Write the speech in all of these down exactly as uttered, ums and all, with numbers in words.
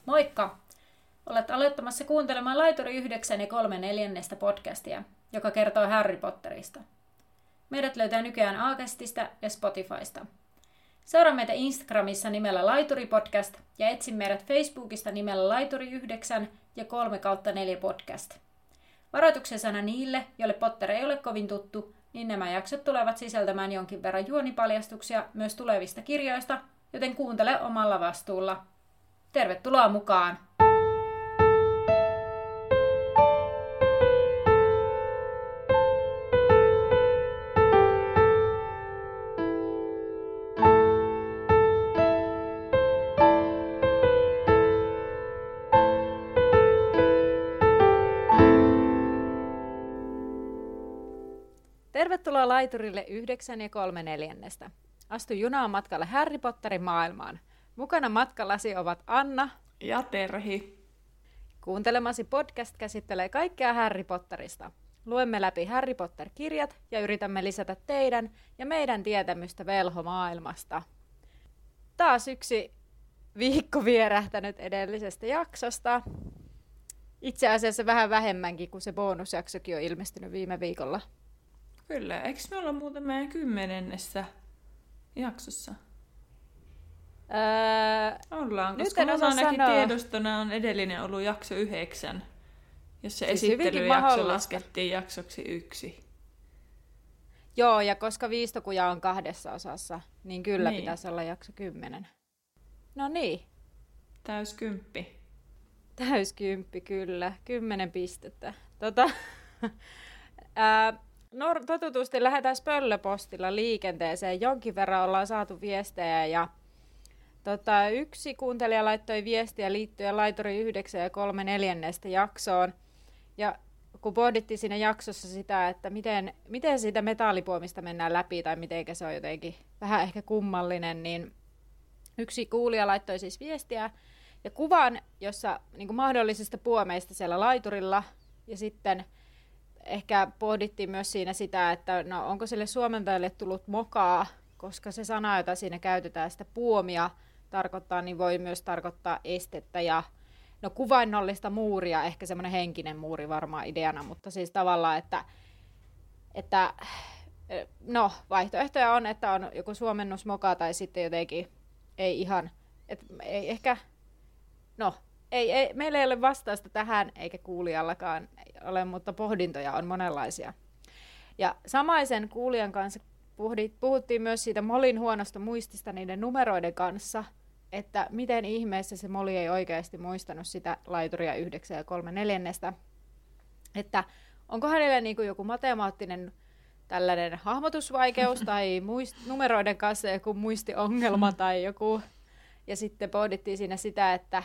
Moikka! Olet aloittamassa kuuntelemaan Laituri yhdeksän ja kolme neljännestä podcastia, joka kertoo Harry Potterista. Meidät löytää nykyään Aakastista ja Spotifysta. Seuraa meitä Instagramissa nimellä Laituri Podcast ja etsi meidät Facebookista nimellä Laituri yhdeksän ja kolme kautta neljä podcast. Varoituksen sana niille, joille Potter ei ole kovin tuttu, niin nämä jaksot tulevat sisältämään jonkin verran juonipaljastuksia myös tulevista kirjoista, joten kuuntele omalla vastuulla. Tervetuloa mukaan! Tervetuloa laiturille yhdeksän ja kolme neljännestä. Astu junaan matkalle Harry Potterin maailmaan. Mukana matkallasi ovat Anna ja Terhi. Kuuntelemasi podcast käsittelee kaikkea Harry Potterista. Luemme läpi Harry Potter-kirjat ja yritämme lisätä teidän ja meidän tietämystä velhomaailmasta. Taas yksi viikko vierähtänyt edellisestä jaksosta. Itse asiassa vähän vähemmänkin, kun se bonusjaksokin on ilmestynyt viime viikolla. Kyllä, eikö me olla muuten meidän kymmenennessä jaksossa? Öö, Ollaan, koska mun ainakin tiedostona on edellinen ollut jakso yhdeksän, jossa siis esittelyjakso laskettiin jaksoksi yksi. Joo, ja koska viistokuja on kahdessa osassa, niin kyllä niin. Pitäisi olla jakso kymmenen. No niin. Täyskymppi. Täyskymppi, kyllä. Kymmenen pistettä. Tota, ää, No totutusti lähdetään pöllöpostilla liikenteeseen. Jonkin verran ollaan saatu viestejä ja tota, yksi kuuntelija laittoi viestiä liittyen Laituri yhdeksän ja kolme neljännestä jaksoon. Ja kun pohdittiin siinä jaksossa sitä, että miten, miten siitä metallipuomista mennään läpi tai miten se on jotenkin vähän ehkä kummallinen, niin yksi kuulija laittoi siis viestiä ja kuvan, jossa niin kuin mahdollisista puomeista siellä laiturilla ja sitten ehkä pohdittiin myös siinä sitä, että no, onko sille suomentajalle tullut mokaa, koska se sana, jota siinä käytetään, sitä puomia tarkoittaa, niin voi myös tarkoittaa estettä ja no, kuvainnollista muuria, ehkä semmoinen henkinen muuri varmaan ideana, mutta siis tavallaan, että, että no, vaihtoehtoja on, että on joku suomennusmoka tai sitten jotenkin ei ihan, että ei ehkä, no, Ei, ei, meillä ei ole vastausta tähän, eikä kuulijallakaan ole, mutta pohdintoja on monenlaisia. Ja samaisen kuulijan kanssa puhuttiin myös siitä Molin huonosta muistista niiden numeroiden kanssa, että miten ihmeessä se Moli ei oikeasti muistanut sitä laituria yhdeksän ja kolme neljännestä. Että onko hänellä niin kuin joku matemaattinen tällainen hahmotusvaikeus tai muist- numeroiden kanssa joku muistiongelma tai joku. Ja sitten pohdittiin siinä sitä, että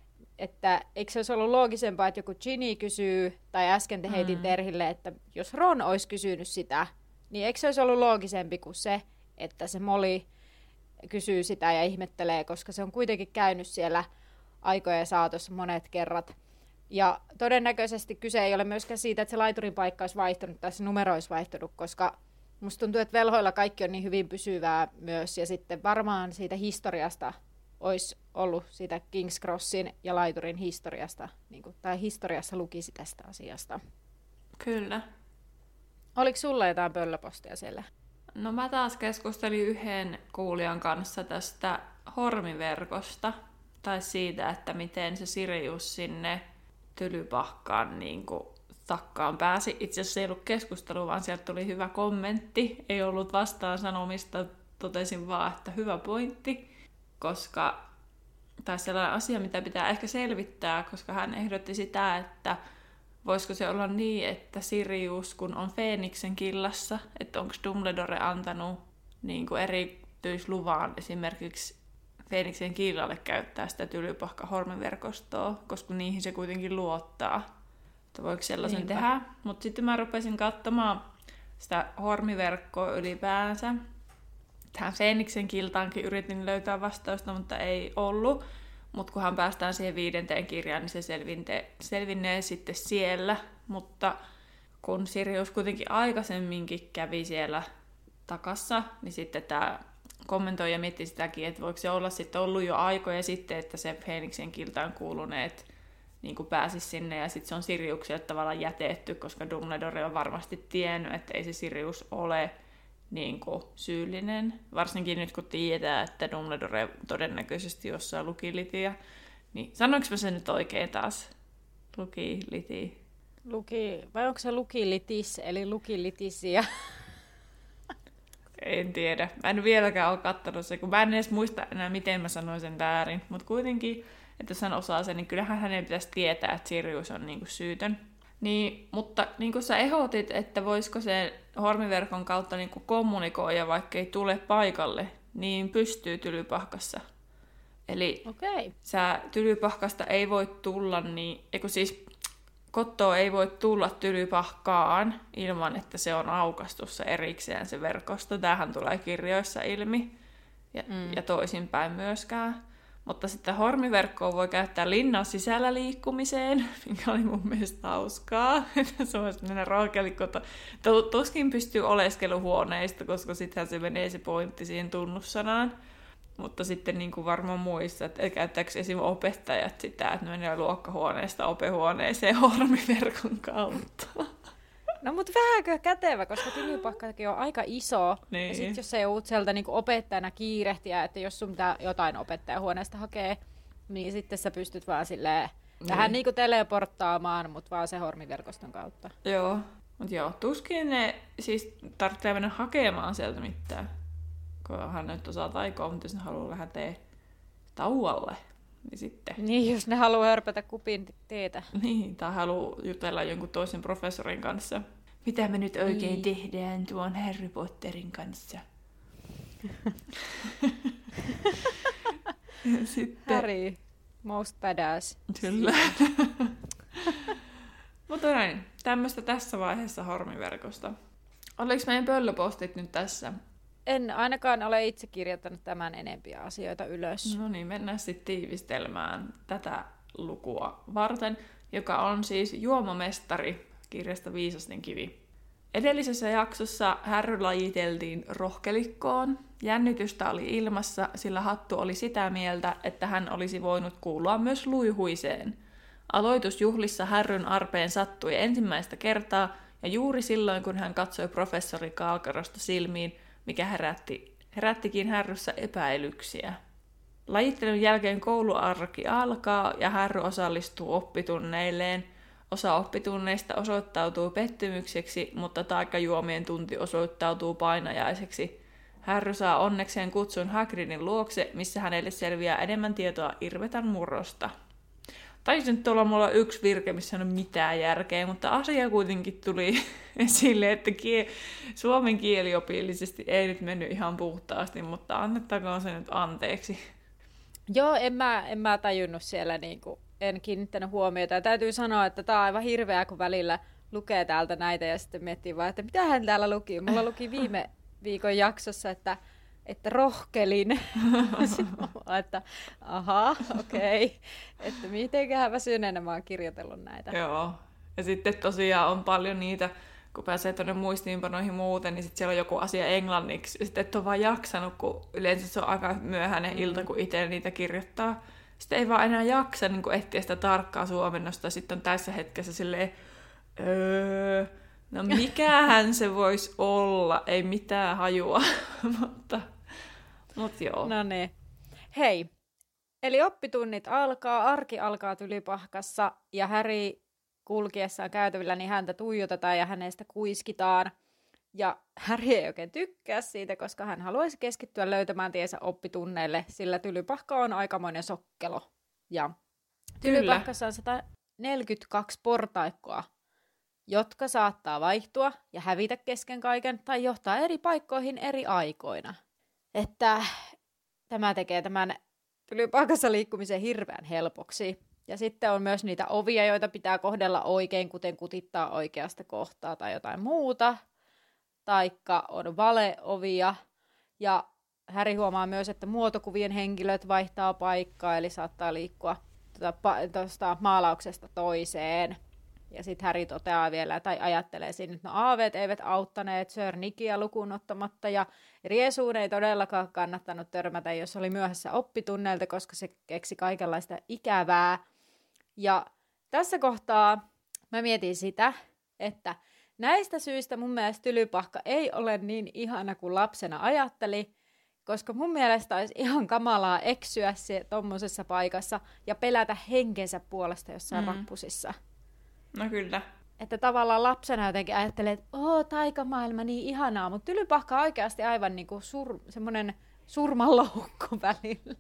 että eikö se olisi ollut loogisempaa, että joku Ginny kysyy, tai äsken te heitin mm. Terhille, että jos Ron olisi kysynyt sitä, niin eikö se olisi ollut loogisempi kuin se, että se Molly kysyy sitä ja ihmettelee, koska se on kuitenkin käynyt siellä aikojen saatossa monet kerrat. Ja todennäköisesti kyse ei ole myöskään siitä, että se laiturin paikka olisi vaihtunut tai se numero olisi vaihtunut, koska musta tuntuu, että velhoilla kaikki on niin hyvin pysyvää myös, ja sitten varmaan siitä historiasta olisi ollut siitä King's Crossin ja laiturin historiasta, niin kuin, tai historiassa lukisi tästä asiasta. Kyllä. Oliko sulla jotain pöllöpostia siellä? No mä taas keskustelin yhden kuulijan kanssa tästä hormiverkosta, tai siitä, että miten se Sirius sinne Tylypahkaan niin kuin takkaan pääsi. Itse asiassa ei ollut keskustelu, vaan sieltä tuli hyvä kommentti. Ei ollut vastaan sanomista, totesin vaan, että hyvä pointti. Koska, tai sellainen asia, mitä pitää ehkä selvittää, koska hän ehdotti sitä, että voisiko se olla niin, että Sirius, kun on Feeniksen killassa, että onko Dumbledore antanut niin kuin erityisluvan esimerkiksi Feeniksen killalle käyttää sitä Tylypahka-hormiverkostoa, koska niihin se kuitenkin luottaa, että voiko sellaisen Niinpä. tehdä. Mutta sitten mä rupesin katsomaan sitä hormiverkkoa ylipäänsä. Tähän Feeniksen kiltaankin yritin löytää vastausta, mutta ei ollut. Mutta kunhan päästään siihen viidenteen kirjaan, niin se selvinte, selvinnee sitten siellä. Mutta kun Sirius kuitenkin aikaisemminkin kävi siellä takassa, niin sitten tämä kommentoi ja mietti sitäkin, että voiko se olla sitten ollut jo aikoja sitten, että se Feeniksen kiltaan kuuluneet niin kuin pääsisi sinne, ja sitten se on Siriukselle tavallaan jätetty, koska Dumbledore on varmasti tiennyt, että ei se Sirius ole niin kuin syyllinen. Varsinkin nyt, kun tiedetään, että Dumbledore todennäköisesti jossain luki Litiä. Niin, sanoinko mä sen nyt oikein taas? Luki Liti. Luki, vai onko se luki litis, eli luki litisiä? En tiedä. Mä en vieläkään ole kattonut se, kun mä en edes muista enää, miten mä sanoin sen väärin. Mutta kuitenkin, että jos hän osaa sen, niin kyllähän hänen pitäisi tietää, että Sirius on niinku syytön. Niin, mutta niin kuin sä ehdotit, että voisiko se hormiverkon kautta niinku kommunikoida, vaikka ei tule paikalle, niin pystyy Tylypahkassa. Eli okay. Sä Tylypahkasta ei voi tulla, niin, eikö siis Kottoa ei voi tulla Tylypahkaan ilman, että se on aukastussa erikseen se verkosto. Tämähän tulee kirjoissa ilmi ja, mm. ja toisinpäin myöskään. Mutta sitten hormiverkkoa voi käyttää linnan sisällä liikkumiseen, mikä oli mun mielestä hauskaa. Se on sellainen rohkelikko. Tuskin pystyy oleskeluhuoneista, koska sittenhän se menee se pointti siihen tunnussanaan. Mutta sitten niin kuin varmaan muista, että käyttääkö esimerkiksi opettajat sitä, että ne menee luokkahuoneesta opehuoneeseen hormiverkon kautta. No mutta vähänkö kätevä, koska Tylypahkakin on aika iso. Niin. Ja sitten jos se joudut sieltä niin opettajana kiirehtiä, että jos sun pitää jotain opettajahuoneesta hakee, niin sitten sä pystyt vaan silleen niin. vähän niin kuin teleporttaamaan, mutta vaan se hormiverkoston kautta. Joo, mutta joo, tuskin ne siis tarvitsee mennä hakemaan sieltä mitään. Kun hän nyt osaa taikoa, mutta jos ne haluaa lähteä tauolle, niin sitten... Niin, jos ne haluaa hörpätä kupin teetä. Niin, tai haluaa jutella jonkun toisen professorin kanssa. Mitä me nyt oikein niin. tehdään tuon Harry Potterin kanssa? sitten... Harry, most badass. Kyllä. Mutta näin, tämmöistä tässä vaiheessa hormiverkosta. Oliko meidän pöllöpostit nyt tässä? En ainakaan ole itse kirjoittanut tämän enempiä asioita ylös. No niin, mennään sitten tiivistelmään tätä lukua varten, joka on siis Juomamestari kirjasta Viisasten kivi. Edellisessä jaksossa Harry lajiteltiin rohkelikkoon. Jännitystä oli ilmassa, sillä Hattu oli sitä mieltä, että hän olisi voinut kuulua myös luihuiseen. Aloitusjuhlissa Harryn arpeen sattui ensimmäistä kertaa, ja juuri silloin, kun hän katsoi professori Kaalkarosta silmiin, mikä herätti, herättikin Harryssä epäilyksiä. Lajittelun jälkeen kouluarki alkaa ja Harry osallistuu oppitunneilleen. Osa oppitunneista osoittautuu pettymykseksi, mutta taikajuomien tunti osoittautuu painajaiseksi. Harry saa onnekseen kutsun Hagridin luokse, missä hänelle selviää enemmän tietoa Irvetan murrosta. Taisin nyt olla mulla yksi virke, missä ei ole mitään järkeä, mutta asia kuitenkin tuli esille, että kie- suomen kieliopillisesti ei nyt mennyt ihan puhtaasti, mutta annettakoon se nyt anteeksi. Joo, en mä, en mä tajunnut siellä, niin kuin, en kiinnittänyt huomiota. Ja täytyy sanoa, että tää on aivan hirveää, kun välillä lukee täältä näitä ja sitten miettii vaan, että mitä hän täällä luki. Mulla luki viime viikon jaksossa, että että rohkelin. että ahaa, okei. Okay. Että mitenköhän väsyneenä mä oon kirjoitellut näitä. Joo. Ja sitten tosiaan on paljon niitä, kun pääsee tuonne muistiinpanoihin muuten, niin sitten siellä on joku asia englanniksi. Ja sitten et ole vaan jaksanut, kun yleensä se on aika myöhäinen mm. ilta, kun itse niitä kirjoittaa. Sitten ei vaan enää jaksa niin kun etsiä sitä tarkkaa suomennosta. Sitten on tässä hetkessä silleen, öö, no mikähän se voisi olla? Ei mitään hajua, mutta, mutta joo. No niin. Hei, eli oppitunnit alkaa, arki alkaa Tylypahkassa ja Harry kulkiessaan käytävillä, niin häntä tuijotetaan ja hänestä kuiskitaan. Ja Harry ei oikein tykkää siitä, koska hän haluaisi keskittyä löytämään tiensä oppitunneille, sillä Tylypahka on aikamoinen sokkelo. Ja Tylypahkassa on sata neljäkymmentäkaksi portaikkoa, jotka saattaa vaihtua ja hävitä kesken kaiken tai johtaa eri paikkoihin eri aikoina. Että tämä tekee tämän Tylypahkassa liikkumisen hirveän helpoksi. Ja sitten on myös niitä ovia, joita pitää kohdella oikein, kuten kutittaa oikeasta kohtaa tai jotain muuta. Taikka on valeovia. Ja Harry huomaa myös, että muotokuvien henkilöt vaihtaa paikkaa, eli saattaa liikkua tuosta maalauksesta toiseen. Ja sitten Harry toteaa vielä, tai ajattelee siinä, että no aaveet eivät auttaneet Sir Nickia lukuun ottamatta, ja Riesuun ei todellakaan kannattanut törmätä, jos oli myöhässä oppitunneilta, koska se keksi kaikenlaista ikävää. Ja tässä kohtaa mä mietin sitä, että näistä syistä mun mielestä Tylypahka ei ole niin ihana kuin lapsena ajatteli, koska mun mielestä olisi ihan kamalaa eksyä se tommosessa paikassa ja pelätä henkensä puolesta jossain mm. rappusissa. No kyllä. Että tavallaan lapsena jotenkin ajattelee, että oo, taikamaailma niin ihanaa, mutta Tylypahka on oikeasti aivan niinku sur, semmoinen surmanloukko välillä.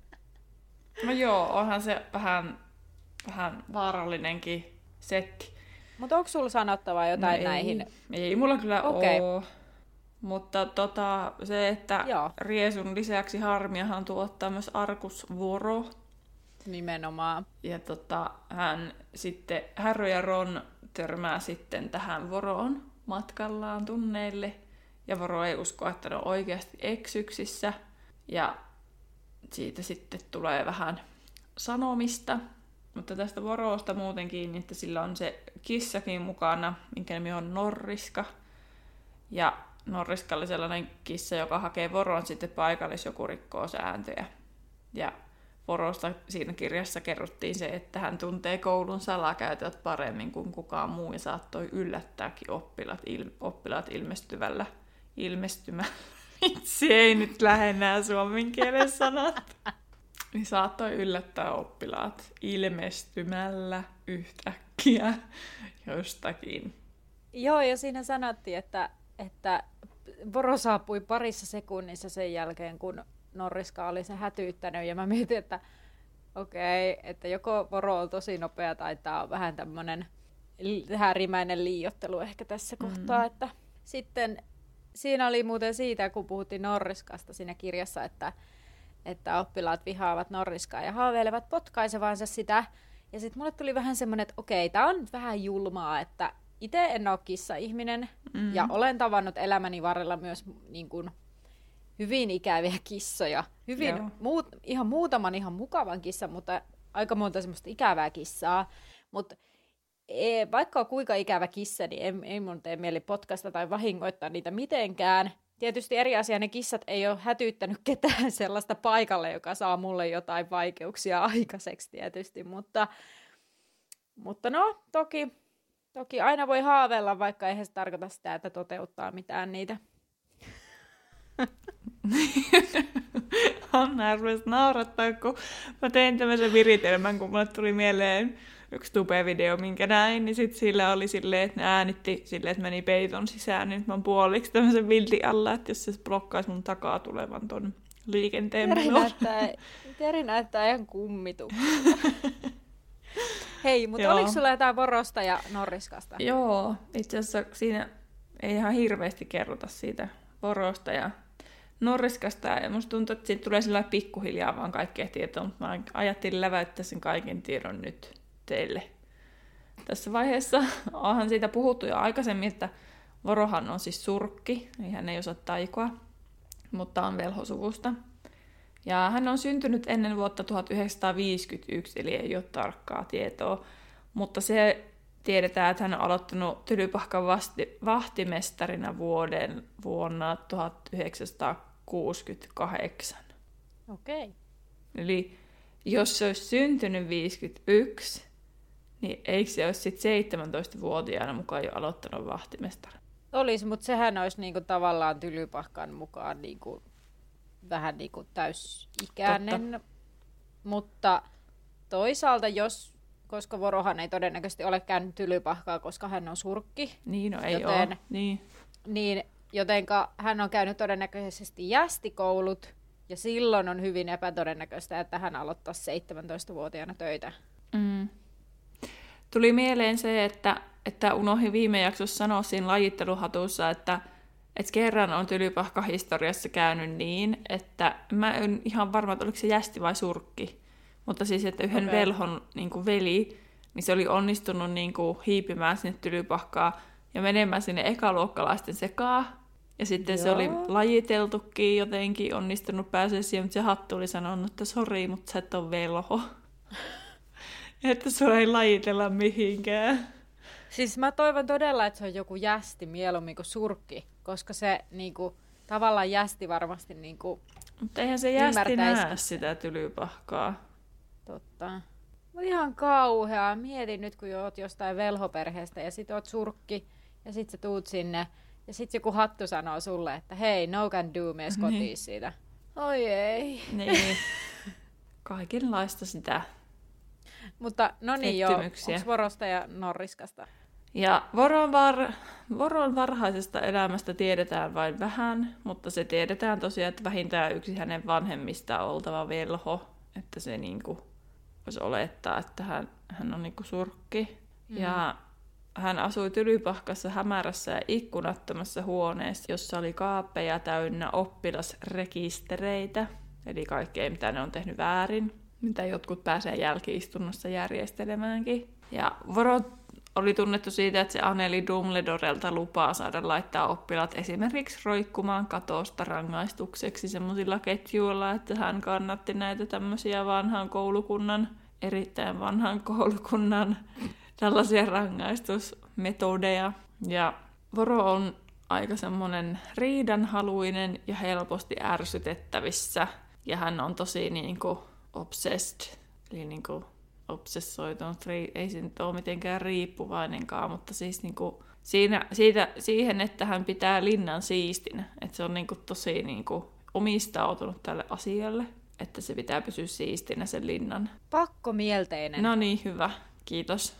No joo, onhan se vähän, vähän vaarallinenkin setti. Mutta onko sulla sanottavaa jotain no ei, näihin? Ei mulla kyllä okay. ole. Mutta tota, se, että joo. Riesun lisäksi harmiahan tuottaa myös Arkus Voro. Nimenomaan. Ja tota, hän sitten, Harry ja Ron törmää sitten tähän Voroon matkallaan tunneille. Ja Voro ei usko, että ne on oikeasti eksyksissä. Ja siitä sitten tulee vähän sanomista. Mutta tästä Vorosta muutenkin, että sillä on se kissakin mukana, minkä nimi on Norriska. Ja Norriska oli sellainen kissa, joka hakee Voron sitten paikalle, jos joku rikkoo sääntöjä. Ja Vorosta siinä kirjassa kerrottiin se, että hän tuntee koulun salakäytöt paremmin kuin kukaan muu ja saattoi yllättääkin oppilaat, il, oppilaat ilmestyvällä ilmestymällä. Itse ei nyt lähde nämä suomen kielen sanat. Niin saattoi yllättää oppilaat ilmestymällä yhtäkkiä jostakin. Joo, ja siinä sanottiin, että, että Voro saapui parissa sekunnissa sen jälkeen, kun Norriska oli sen hätyyttänyt. Ja mä mietin, että okei, okay, että joko Voro on tosi nopea tai tää on vähän tämmönen härimäinen liiottelu ehkä tässä mm. kohtaa. Että sitten siinä oli muuten siitä, kun puhuttiin Norriskasta siinä kirjassa, että että oppilaat vihaavat Norriskaa ja haaveilevat potkaisevansa sitä. Ja sitten mulle tuli vähän semmoinen, että okei, tää on nyt vähän julmaa, että itse en ole kissa-ihminen mm. ja olen tavannut elämäni varrella myös niin kuin, hyvin ikäviä kissoja. Hyvin, muut, ihan muutaman ihan mukavan kissan, mutta aika monta semmoista ikävää kissaa. Mutta e, vaikka on kuinka ikävä kissa, niin ei, ei mun tee mieli potkaista tai vahingoittaa niitä mitenkään. Tietysti eri asia, ne kissat ei ole hätyyttänyt ketään sellaista paikalle, joka saa mulle jotain vaikeuksia aikaiseksi tietysti, mutta, mutta no, toki, toki aina voi haaveilla, vaikka eihän se tarkoita sitä, että toteuttaa mitään niitä. Hanna rupesi naurattaa, kun mä tein tämmöisen viritelmän, kun mulle tuli mieleen yksi tube-video, minkä näin, niin sitten sillä oli silleen, että ne äänitti silleen, että meni peiton sisään, niin nyt mä oon puoliksi tämmöisen vilti alla, että jos se blokkaisi mun takaa tulevan ton liikenteen menon. Teri näyttää ihan kummitukselta. Hei, mutta oliko sulla jotain Vorosta ja Norriskasta? Joo, itse asiassa siinä ei ihan hirveästi kerrota siitä Vorosta ja Norriskasta, ja musta tuntuu, että siitä tulee sellainen pikkuhiljaa vaan kaikkea tietoa, mutta mä ajattelin läväyttää sen kaiken tiedon nyt teille tässä vaiheessa. Onhan siitä puhuttu jo aikaisemmin, että Vorohan on siis surkki, niin hän ei osaa taikoa, mutta on velhosuvusta. Ja hän on syntynyt ennen vuotta tuhatyhdeksänsataaviisikymmentäyksi, eli ei ole tarkkaa tietoa, mutta se tiedetään, että hän on aloittanut Tylypahkan vasti, vahtimestarina vuoden, vuonna tuhatyhdeksänsataakuusikymmentäkahdeksan. Okei. Okay. Eli jos se olisi syntynyt viisikymmentäyksi, niin eikö se olisi sitten seitsemäntoistavuotiaana mukaan jo aloittanut vahtimestari? Olisi, mutta sehän olisi niinku tavallaan Tylypahkan mukaan niinku, vähän niinku täysikäinen. Totta. Mutta toisaalta, jos, koska Vorohan ei todennäköisesti ole käynyt Tylypahkaa, koska hän on surkki. Niin, no ei joten, ole. Niin. Niin, jotenka hän on käynyt todennäköisesti jästikoulut. Ja silloin on hyvin epätodennäköistä, että hän aloittaa seitsemäntoistavuotiaana töitä. Mm. Tuli mieleen se, että, että unohdin viime jaksossa sanoa siinä lajitteluhatussa, että, että kerran on Tylypahka-historiassa käynyt niin, että mä en ihan varma, että oliko se jästi vai surkki. Mutta siis, että yhden okay. velhon niin kuin veli, niin se oli onnistunut niin kuin hiipimään sinne Tylypahkaan ja menemään sinne ekaluokkalaisten sekaan. Ja sitten Joo. se oli lajiteltukin jotenkin, onnistunut pääsee siihen, mutta se hattu oli sanonut, että sori, mutta sä et ole velho. Että sua ei lajitella mihinkään. Siis mä toivon todella, että se on joku jästi mieluummin kuin surkki, koska se niinku, tavallaan jästi varmasti niinku, mutta eihän se jästi näe sitä tylypahkaa. Totta. Mutta ihan kauheaa. Mietin nyt, kun oot jostain velhoperheestä ja sit oot surkki ja sit sä tuut sinne ja sit joku hattu sanoo sulle, että hei, no can do, mees kotiin niin. siitä. Oi ei. Niin. Kaikenlaista sitä. Mutta no niin joo, onko Vorosta ja Norriskasta? Ja Voron, var... Voron varhaisesta elämästä tiedetään vain vähän, mutta se tiedetään tosiaan, että vähintään yksi hänen vanhemmista on oltava velho, että se niinku voisi olettaa, että hän, hän on niinku surkki. Mm. Ja hän asui Tylypahkassa hämärässä ja ikkunattomassa huoneessa, jossa oli kaappeja täynnä oppilasrekistereitä, eli kaikkea mitä ne on tehnyt väärin, mitä jotkut pääsee jälki-istunnossa järjestelemäänkin. Ja Voro oli tunnettu siitä, että se aneli Dumbledorelta lupaa saada laittaa oppilaat esimerkiksi roikkumaan katosta rangaistukseksi semmoisilla ketjuilla, että hän kannatti näitä tämmöisiä vanhan koulukunnan, erittäin vanhan koulukunnan tällaisia rangaistusmetodeja. Ja Voro on aika semmoinen riidanhaluinen ja helposti ärsytettävissä. Ja hän on tosi niinku obsessed, eli niinku obsessoitunut, ei se nyt ole mitenkään riippuvainenkaan, mutta siis niinku siinä, siitä, siihen, että hän pitää linnan siistinä, että se on niinku tosi niinku omistautunut tälle asialle, että se pitää pysyä siistinä sen linnan. Pakkomielteinen. No niin, hyvä. Kiitos.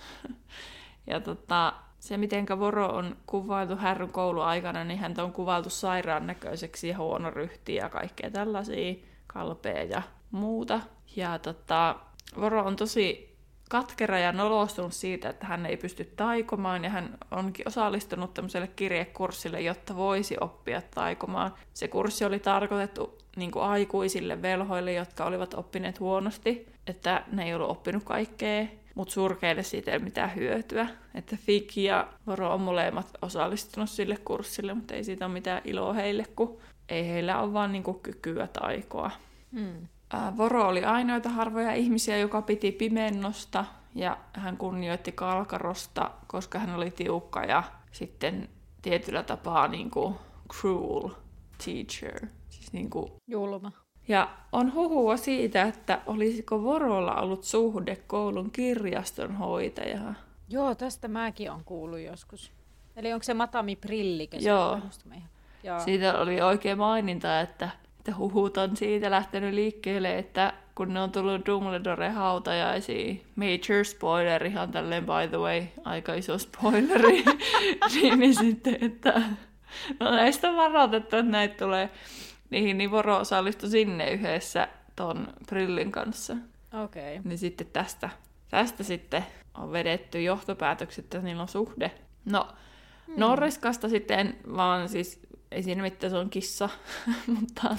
Ja tota, se, miten Voro on kuvailtu Härryn kouluaikana, niin häntä on kuvailtu sairaan näköiseksi ja huonoryhtiä ja kaikkea tällaisia, kalpea ja muuta. Ja tota, Voro on tosi katkera ja nolostunut siitä, että hän ei pysty taikomaan, ja hän onkin osallistunut tämmöiselle kirjekurssille, jotta voisi oppia taikomaan. Se kurssi oli tarkoitettu niin kuin aikuisille velhoille, jotka olivat oppineet huonosti, että ne ei ollut oppinut kaikkea, mutta surkeille siitä ei ole mitään hyötyä. Että Fig ja Voro on molemmat osallistunut sille kurssille, mutta ei siitä ole mitään iloa heille, kun ei heillä ole vaan niin kuin kykyä taikoa. Hmm. Voro oli ainoita harvoja ihmisiä, joka piti pimennosta, ja hän kunnioitti Kalkarosta, koska hän oli tiukka ja sitten tietyllä tapaa niin kuin cruel teacher. Siis niin kuin julma. Ja on huhua siitä, että olisiko Vorolla ollut suhde koulun kirjastonhoitajaan. Joo, tästä mäkin on kuullut joskus. Eli onko se Matami Prillikö? Joo. Joo. Siitä oli oikein maininta, että että huhut on siitä lähtenyt liikkeelle, että kun ne on tullut Dumbledore hautajaisiin, major spoiler, ihan tälleen by the way, aika iso spoileri, niin, niin sitten, että no näistä on varoitettu, että näitä tulee, niin, niin Voro osallistui sinne yhdessä ton Prillin kanssa. Okei. Okay. Niin sitten tästä, tästä sitten on vedetty johtopäätökset, että niillä on suhde. No, hmm. Norriskasta sitten vaan siis ei siinä mitään, se on kissa, mutta,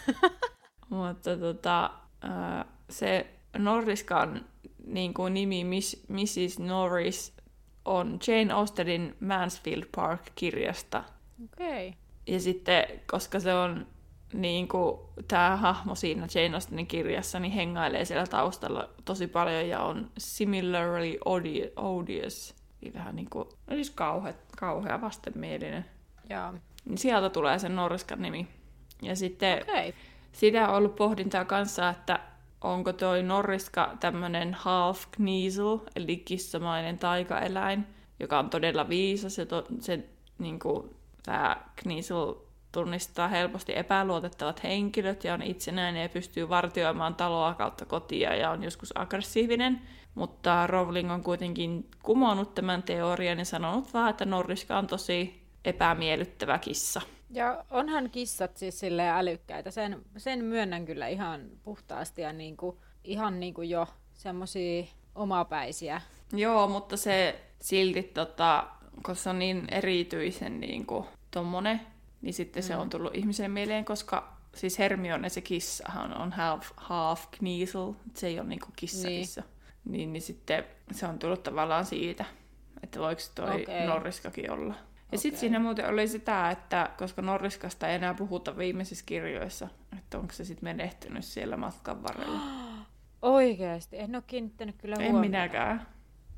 mutta tota, se Norriskan niin kuin nimi Miss, missis Norris on Jane Austenin Mansfield Park-kirjasta. Okei. Okay. Ja sitten, koska se on niin kuin tämä hahmo siinä Jane Austenin kirjassa, niin hengailee siellä taustalla tosi paljon ja on similarly odious. Eli vähän niin kuin, olisi kauhea, kauhea vastenmielinen. Joo. Niin sieltä tulee sen Norriskan nimi. Ja sitten okay. Sitä on ollut pohdintaa kanssa, että onko toi Norriska tämmönen half kneasel, eli kissamainen taikaeläin, joka on todella viisas. Ja to, se, niin kuin, tää kneasel tunnistaa helposti epäluotettavat henkilöt ja on itsenäinen ja pystyy vartioimaan taloa kautta kotia ja on joskus aggressiivinen. Mutta Rowling on kuitenkin kumonnut tämän teorian ja sanonut vaan, että Norriska on tosi epämiellyttävä kissa. Ja onhan kissat siis silleen älykkäitä. Sen, sen myönnän kyllä ihan puhtaasti ja niinku, ihan niinku jo semmosia omapäisiä. Joo, mutta se silti, tota, koska se on niin erityisen niinku, tommonen, niin sitten mm. se on tullut ihmisen mieleen, koska siis Hermione se kissahan on half, half kneasel, se ei ole niinku kissa-kissa. Niin. Niin, niin sitten se on tullut tavallaan siitä, että voiko toi okay. Norriskakin olla. Ja okay. Sitten siinä muuten oli sitä, että koska Norriskasta ei enää puhuta viimeisissä kirjoissa, että onko se sitten menehtynyt siellä matkan varrella. Oikeesti? En ole kiinnittänyt kyllä huomioon. En minäkään.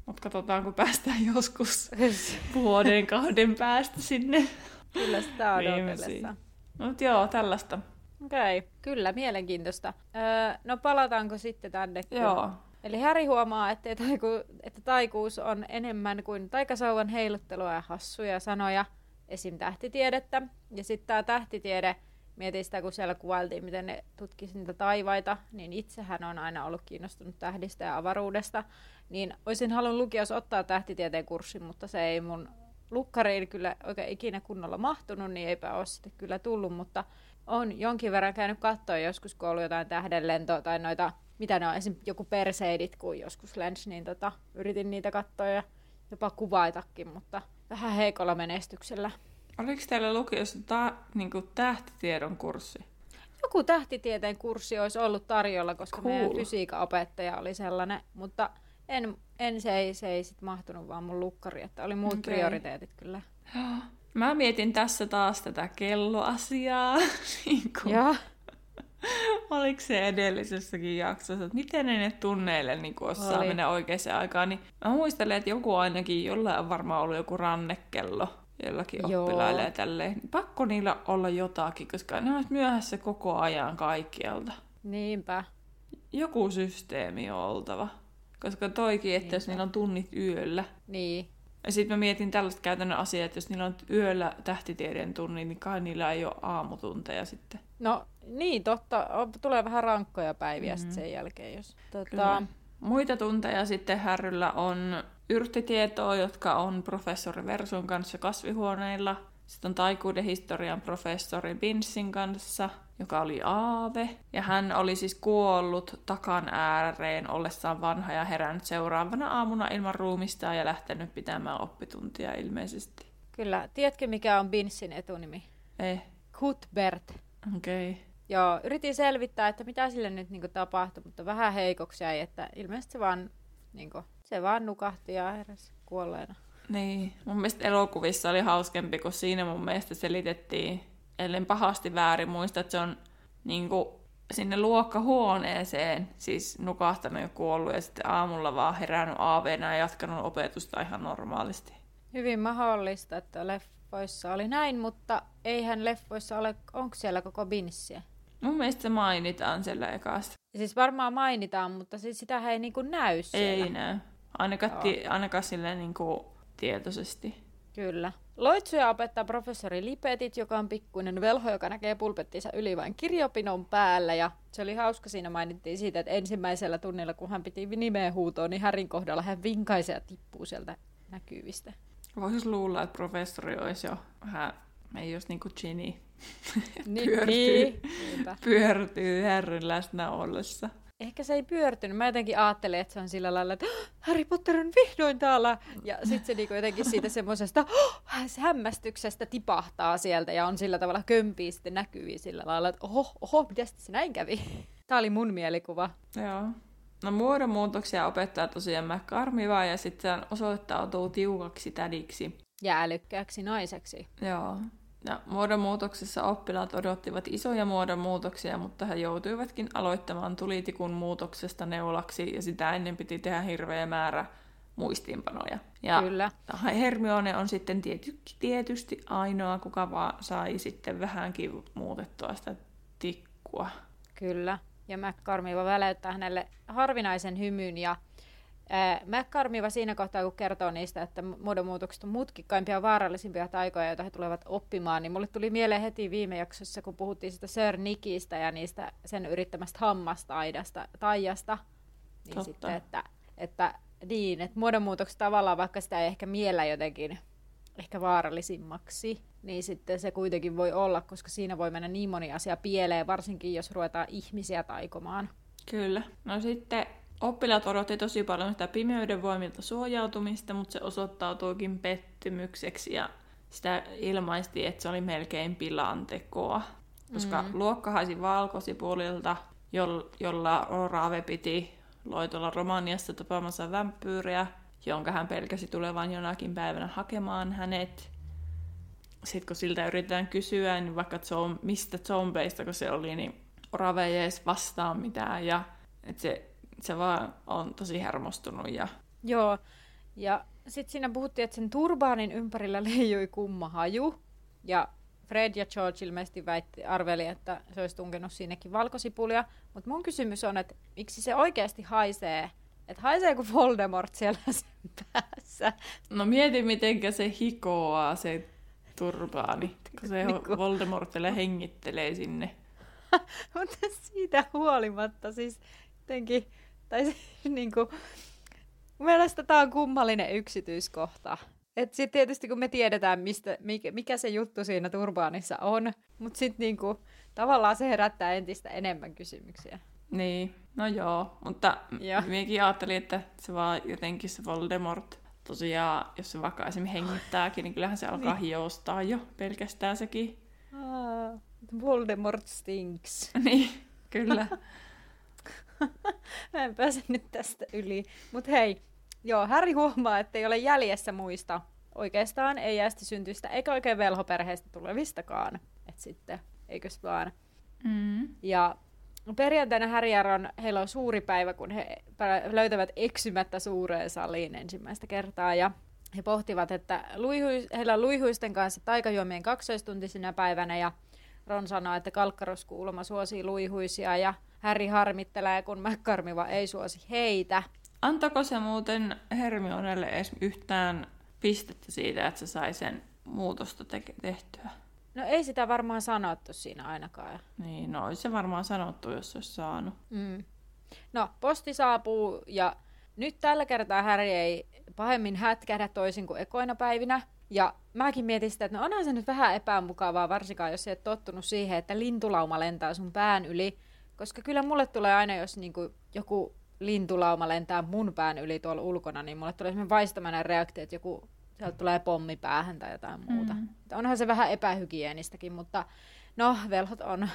Mutta katsotaan, kun päästään joskus vuoden kahden päästä sinne. Kyllä sitä odotellessa. Mutta joo, tällaista. Okei, okay. Kyllä, mielenkiintoista. Öö, no palataanko sitten tänne? Joo. Eli Harry huomaa, että, taiku, että taikuus on enemmän kuin taikasauvan heiluttelua ja hassuja sanoja, esim. Tähtitiedettä. Ja sitten tämä tähtitiede, mietin sitä, kun siellä kuvailtiin, miten ne tutkisivat niitä taivaita, niin itsehän on aina ollut kiinnostunut tähdistä ja avaruudesta. Niin olisin halunnut lukiossa ottaa tähtitieteen kurssin, mutta se ei mun lukkariin kyllä oikein ikinä kunnolla mahtunut, niin eipä ole sitten kyllä tullut, mutta on jonkin verran käynyt katsoa joskus, kun on ollut jotain tähdenlentoa tai noita, mitä ne on, esim. Joku perseidit, kun joskus lensi, niin tota, yritin niitä katsoa ja jopa kuvaitakin, mutta vähän heikolla menestyksellä. Oliko teillä lukiossa ta- niinku tähtitiedon kurssi? Joku tähtitieteen kurssi olisi ollut tarjolla, koska cool. Meidän fysiikan opettaja oli sellainen, mutta en, en se ei, se ei sit mahtunut vaan mun lukkari, että oli muut okay. prioriteetit kyllä. Mä mietin tässä taas tätä kelloasiaa. Joo. Oliko se edellisessäkin jaksossa, että miten ne, ne tunneille niin osaa oli. Mennä oikeaan aikaan. Niin mä muistelen, että joku ainakin, jollain on varmaan ollut joku rannekello jollakin oppilailla ja tälleen. Pakko niillä olla jotakin, koska ne olisi myöhässä koko ajan kaikkialta. Niinpä. Joku systeemi on oltava. Koska toikin, että Niinpä. Jos niillä on tunnit yöllä. Niin. Ja sitten mä mietin tällaista käytännön asiaa, että jos niillä on yöllä tähtitieteen tunni, niin kai niillä ei ole aamutunteja sitten. No niin, totta. Tulee vähän rankkoja päiviä mm-hmm. sen jälkeen. Jos, tota... Muita tunteja sitten Harryllä on yrttitietoa, jotka on professori Versun kanssa kasvihuoneilla. Sitten on taikuuden historian professori Binsin kanssa, joka oli aave. Ja hän oli siis kuollut takan ääreen ollessaan vanha ja herännyt seuraavana aamuna ilman ruumistaan ja lähtenyt pitämään oppituntia ilmeisesti. Kyllä. Tiedätkö, mikä on Binsin etunimi? Ei. Cuthbert. Okei. Okay. Joo, yritin selvittää, että mitä sille nyt niinku tapahtui, mutta vähän heikoksi jäi, että ilmeisesti se vaan, niinku, se vaan nukahti ja heräsi kuolleena. Niin, mun mielestä elokuvissa oli hauskempi, kun siinä mun mielestä selitettiin, ellen pahasti väärin muista, että se on niinku sinne luokkahuoneeseen siis nukahtanut ja kuollut ja sitten aamulla vaan herännyt aaveena ja jatkanut opetusta ihan normaalisti. Hyvin mahdollista, että leffoissa oli näin, mutta eihän leffoissa ole, onko siellä koko Binssiä? Mun mielestä se mainitaan siellä ekasta. Siis varmaan mainitaan, mutta siis sitähän ei niinku näy siellä. Ei näy. Ainakaan, ti- ainakaan silleen niinku tietoisesti. Kyllä. Loitsuja opettaa professori Lipetit, joka on pikkuinen velho, joka näkee pulpettinsa yli vain kirjopinon päällä. Ja se oli hauska, siinä mainittiin siitä, että ensimmäisellä tunnilla, kun hän piti nimeä huutoon, niin Harryn kohdalla hän vinkaisi ja tippuu sieltä näkyvistä. Voisi luulla, että professori olisi jo vähän, ei olisi niin kuin Ginny. Niin, pyörtyy, niin. pyörtyy Harryn läsnä ollessa. Ehkä se ei pyörtynyt. Mä jotenkin ajattelin, että se on sillä lailla, että Harry Potter on vihdoin täällä. Ja sitten se niinku jotenkin siitä semmoisesta oh, hämmästyksestä tipahtaa sieltä ja on sillä tavalla kömpii sitten näkyviä sillä lailla, että oho, oho, mitäs se näin kävi? Tää oli mun mielikuva. Joo. No muodonmuutoksia opettaa tosiaan McCormiva ja sitten se osoittautuu tiukaksi tädiksi. Ja älykkääksi naiseksi. Joo. Ja muodonmuutoksessa oppilaat odottivat isoja muodonmuutoksia, mutta he joutuivatkin aloittamaan tulitikun muutoksesta neulaksi ja sitä ennen piti tehdä hirveä määrä muistiinpanoja. Ja Kyllä. Hermione on sitten tiety, tietysti ainoa, kuka vaan sai sitten vähänkin muutettua sitä tikkua. Kyllä. Ja McCormiva väläyttää hänelle harvinaisen hymyn ja McCormiva siinä kohtaa, kun kertoo niistä, että muodonmuutokset on mutkikkaimpia ja vaarallisimpia taikoja, joita he tulevat oppimaan, niin mulle tuli mieleen heti viime jaksossa, kun puhuttiin sitä Sir Nickistä ja niistä sen yrittämästä hammastaidasta, taijasta, niin Totta. sitten, että, että, niin, että muodonmuutokset tavallaan, vaikka sitä ei ehkä miellä jotenkin ehkä vaarallisimmaksi, niin sitten se kuitenkin voi olla, koska siinä voi mennä niin moni asia pieleen, varsinkin jos ruvetaan ihmisiä taikomaan. Kyllä. No sitten oppilaat odotti tosi paljon sitä pimeyden voimilta suojautumista, mutta se osoittautuikin pettymykseksi ja sitä ilmaistiin, että se oli melkein pilantekoa. Koska mm. luokka haisi valkosipulilta, jolla Raave piti Loitolla Romaniassa tapaamassa vampyyriä, jonka hän pelkäsi tulevan jonakin päivänä hakemaan hänet. Sitten kun siltä yritetään kysyä, niin vaikka zom- mistä zombeista kun se oli, niin Raave ei edes vastaa mitään ja että se Se vaan on tosi hermostunut. Ja... Joo, Ja sitten siinä puhuttiin, että sen turbaanin ympärillä leijui kumma haju. Ja Fred ja George ilmeisesti väitti, arveli, että se olisi tunkenut sinnekin valkosipulia. Mutta mun kysymys on, että miksi se oikeasti haisee? Että haisee kuin Voldemort siellä sen päässä. No mieti, mitenkä se hikoaa se turbaani, kun se Niinku. Voldemortille hengittelee sinne. Mutta siitä huolimatta siis jotenkin, tai siis niinku, mun mielestä tää on kummallinen yksityiskohta. Et sit tietysti kun me tiedetään, mistä, mikä, mikä se juttu siinä turbaanissa on, mutta sitten niinku, tavallaan se herättää entistä enemmän kysymyksiä. Niin, no joo, mutta Joo. minäkin ajattelin, että se vaan jotenkin se Voldemort, tosiaan, jos se vaikka esimerkiksi hengittääkin, niin kyllähän se alkaa Niin. hiostaa jo pelkästään sekin. Ah, Voldemort stinks. Niin, kyllä. Mä en pääse nyt tästä yli. Mut hei, joo, Harry huomaa, että ei ole jäljessä muista. Oikeastaan ei äästi syntyistä, eikä oikein velhoperheestä tulevistakaan. Et sitten, eikös vaan. Mm. Ja perjantaina Harry ja Ron, heillä on suuri päivä, kun he löytävät eksymättä suureen saliin ensimmäistä kertaa. Ja he pohtivat, että luihuis, heillä on luihuisten kanssa taikajuomien kaksoistunti sinä päivänä. Ja Ron sanoo, että Kalkkaros kuulemma suosii luihuisia. Ja Harry harmittelee, kun McCormiva ei suosi heitä. Antako se muuten Hermionelle edes yhtään pistettä siitä, että se sai sen muutosta te- tehtyä? No ei sitä varmaan sanottu siinä ainakaan. Niin, no olisi se varmaan sanottu, jos olisi saanut. Mm. No, posti saapuu ja nyt tällä kertaa Harry ei pahemmin hätkähdä toisin kuin ekoina päivinä. Ja mäkin mietin sitä, että no onhan se nyt vähän epämukavaa, varsinkaan jos et tottunut siihen, että lintulauma lentää sun pään yli. Koska kyllä mulle tulee aina, jos niinku joku lintulauma lentää mun pään yli tuolla ulkona, niin mulle tulee semmoinen vaistomainen reaktio, että joku, sieltä tulee pommi päähän tai jotain muuta. Mm. Onhan se vähän epähygienistäkin, mutta no, velhot on.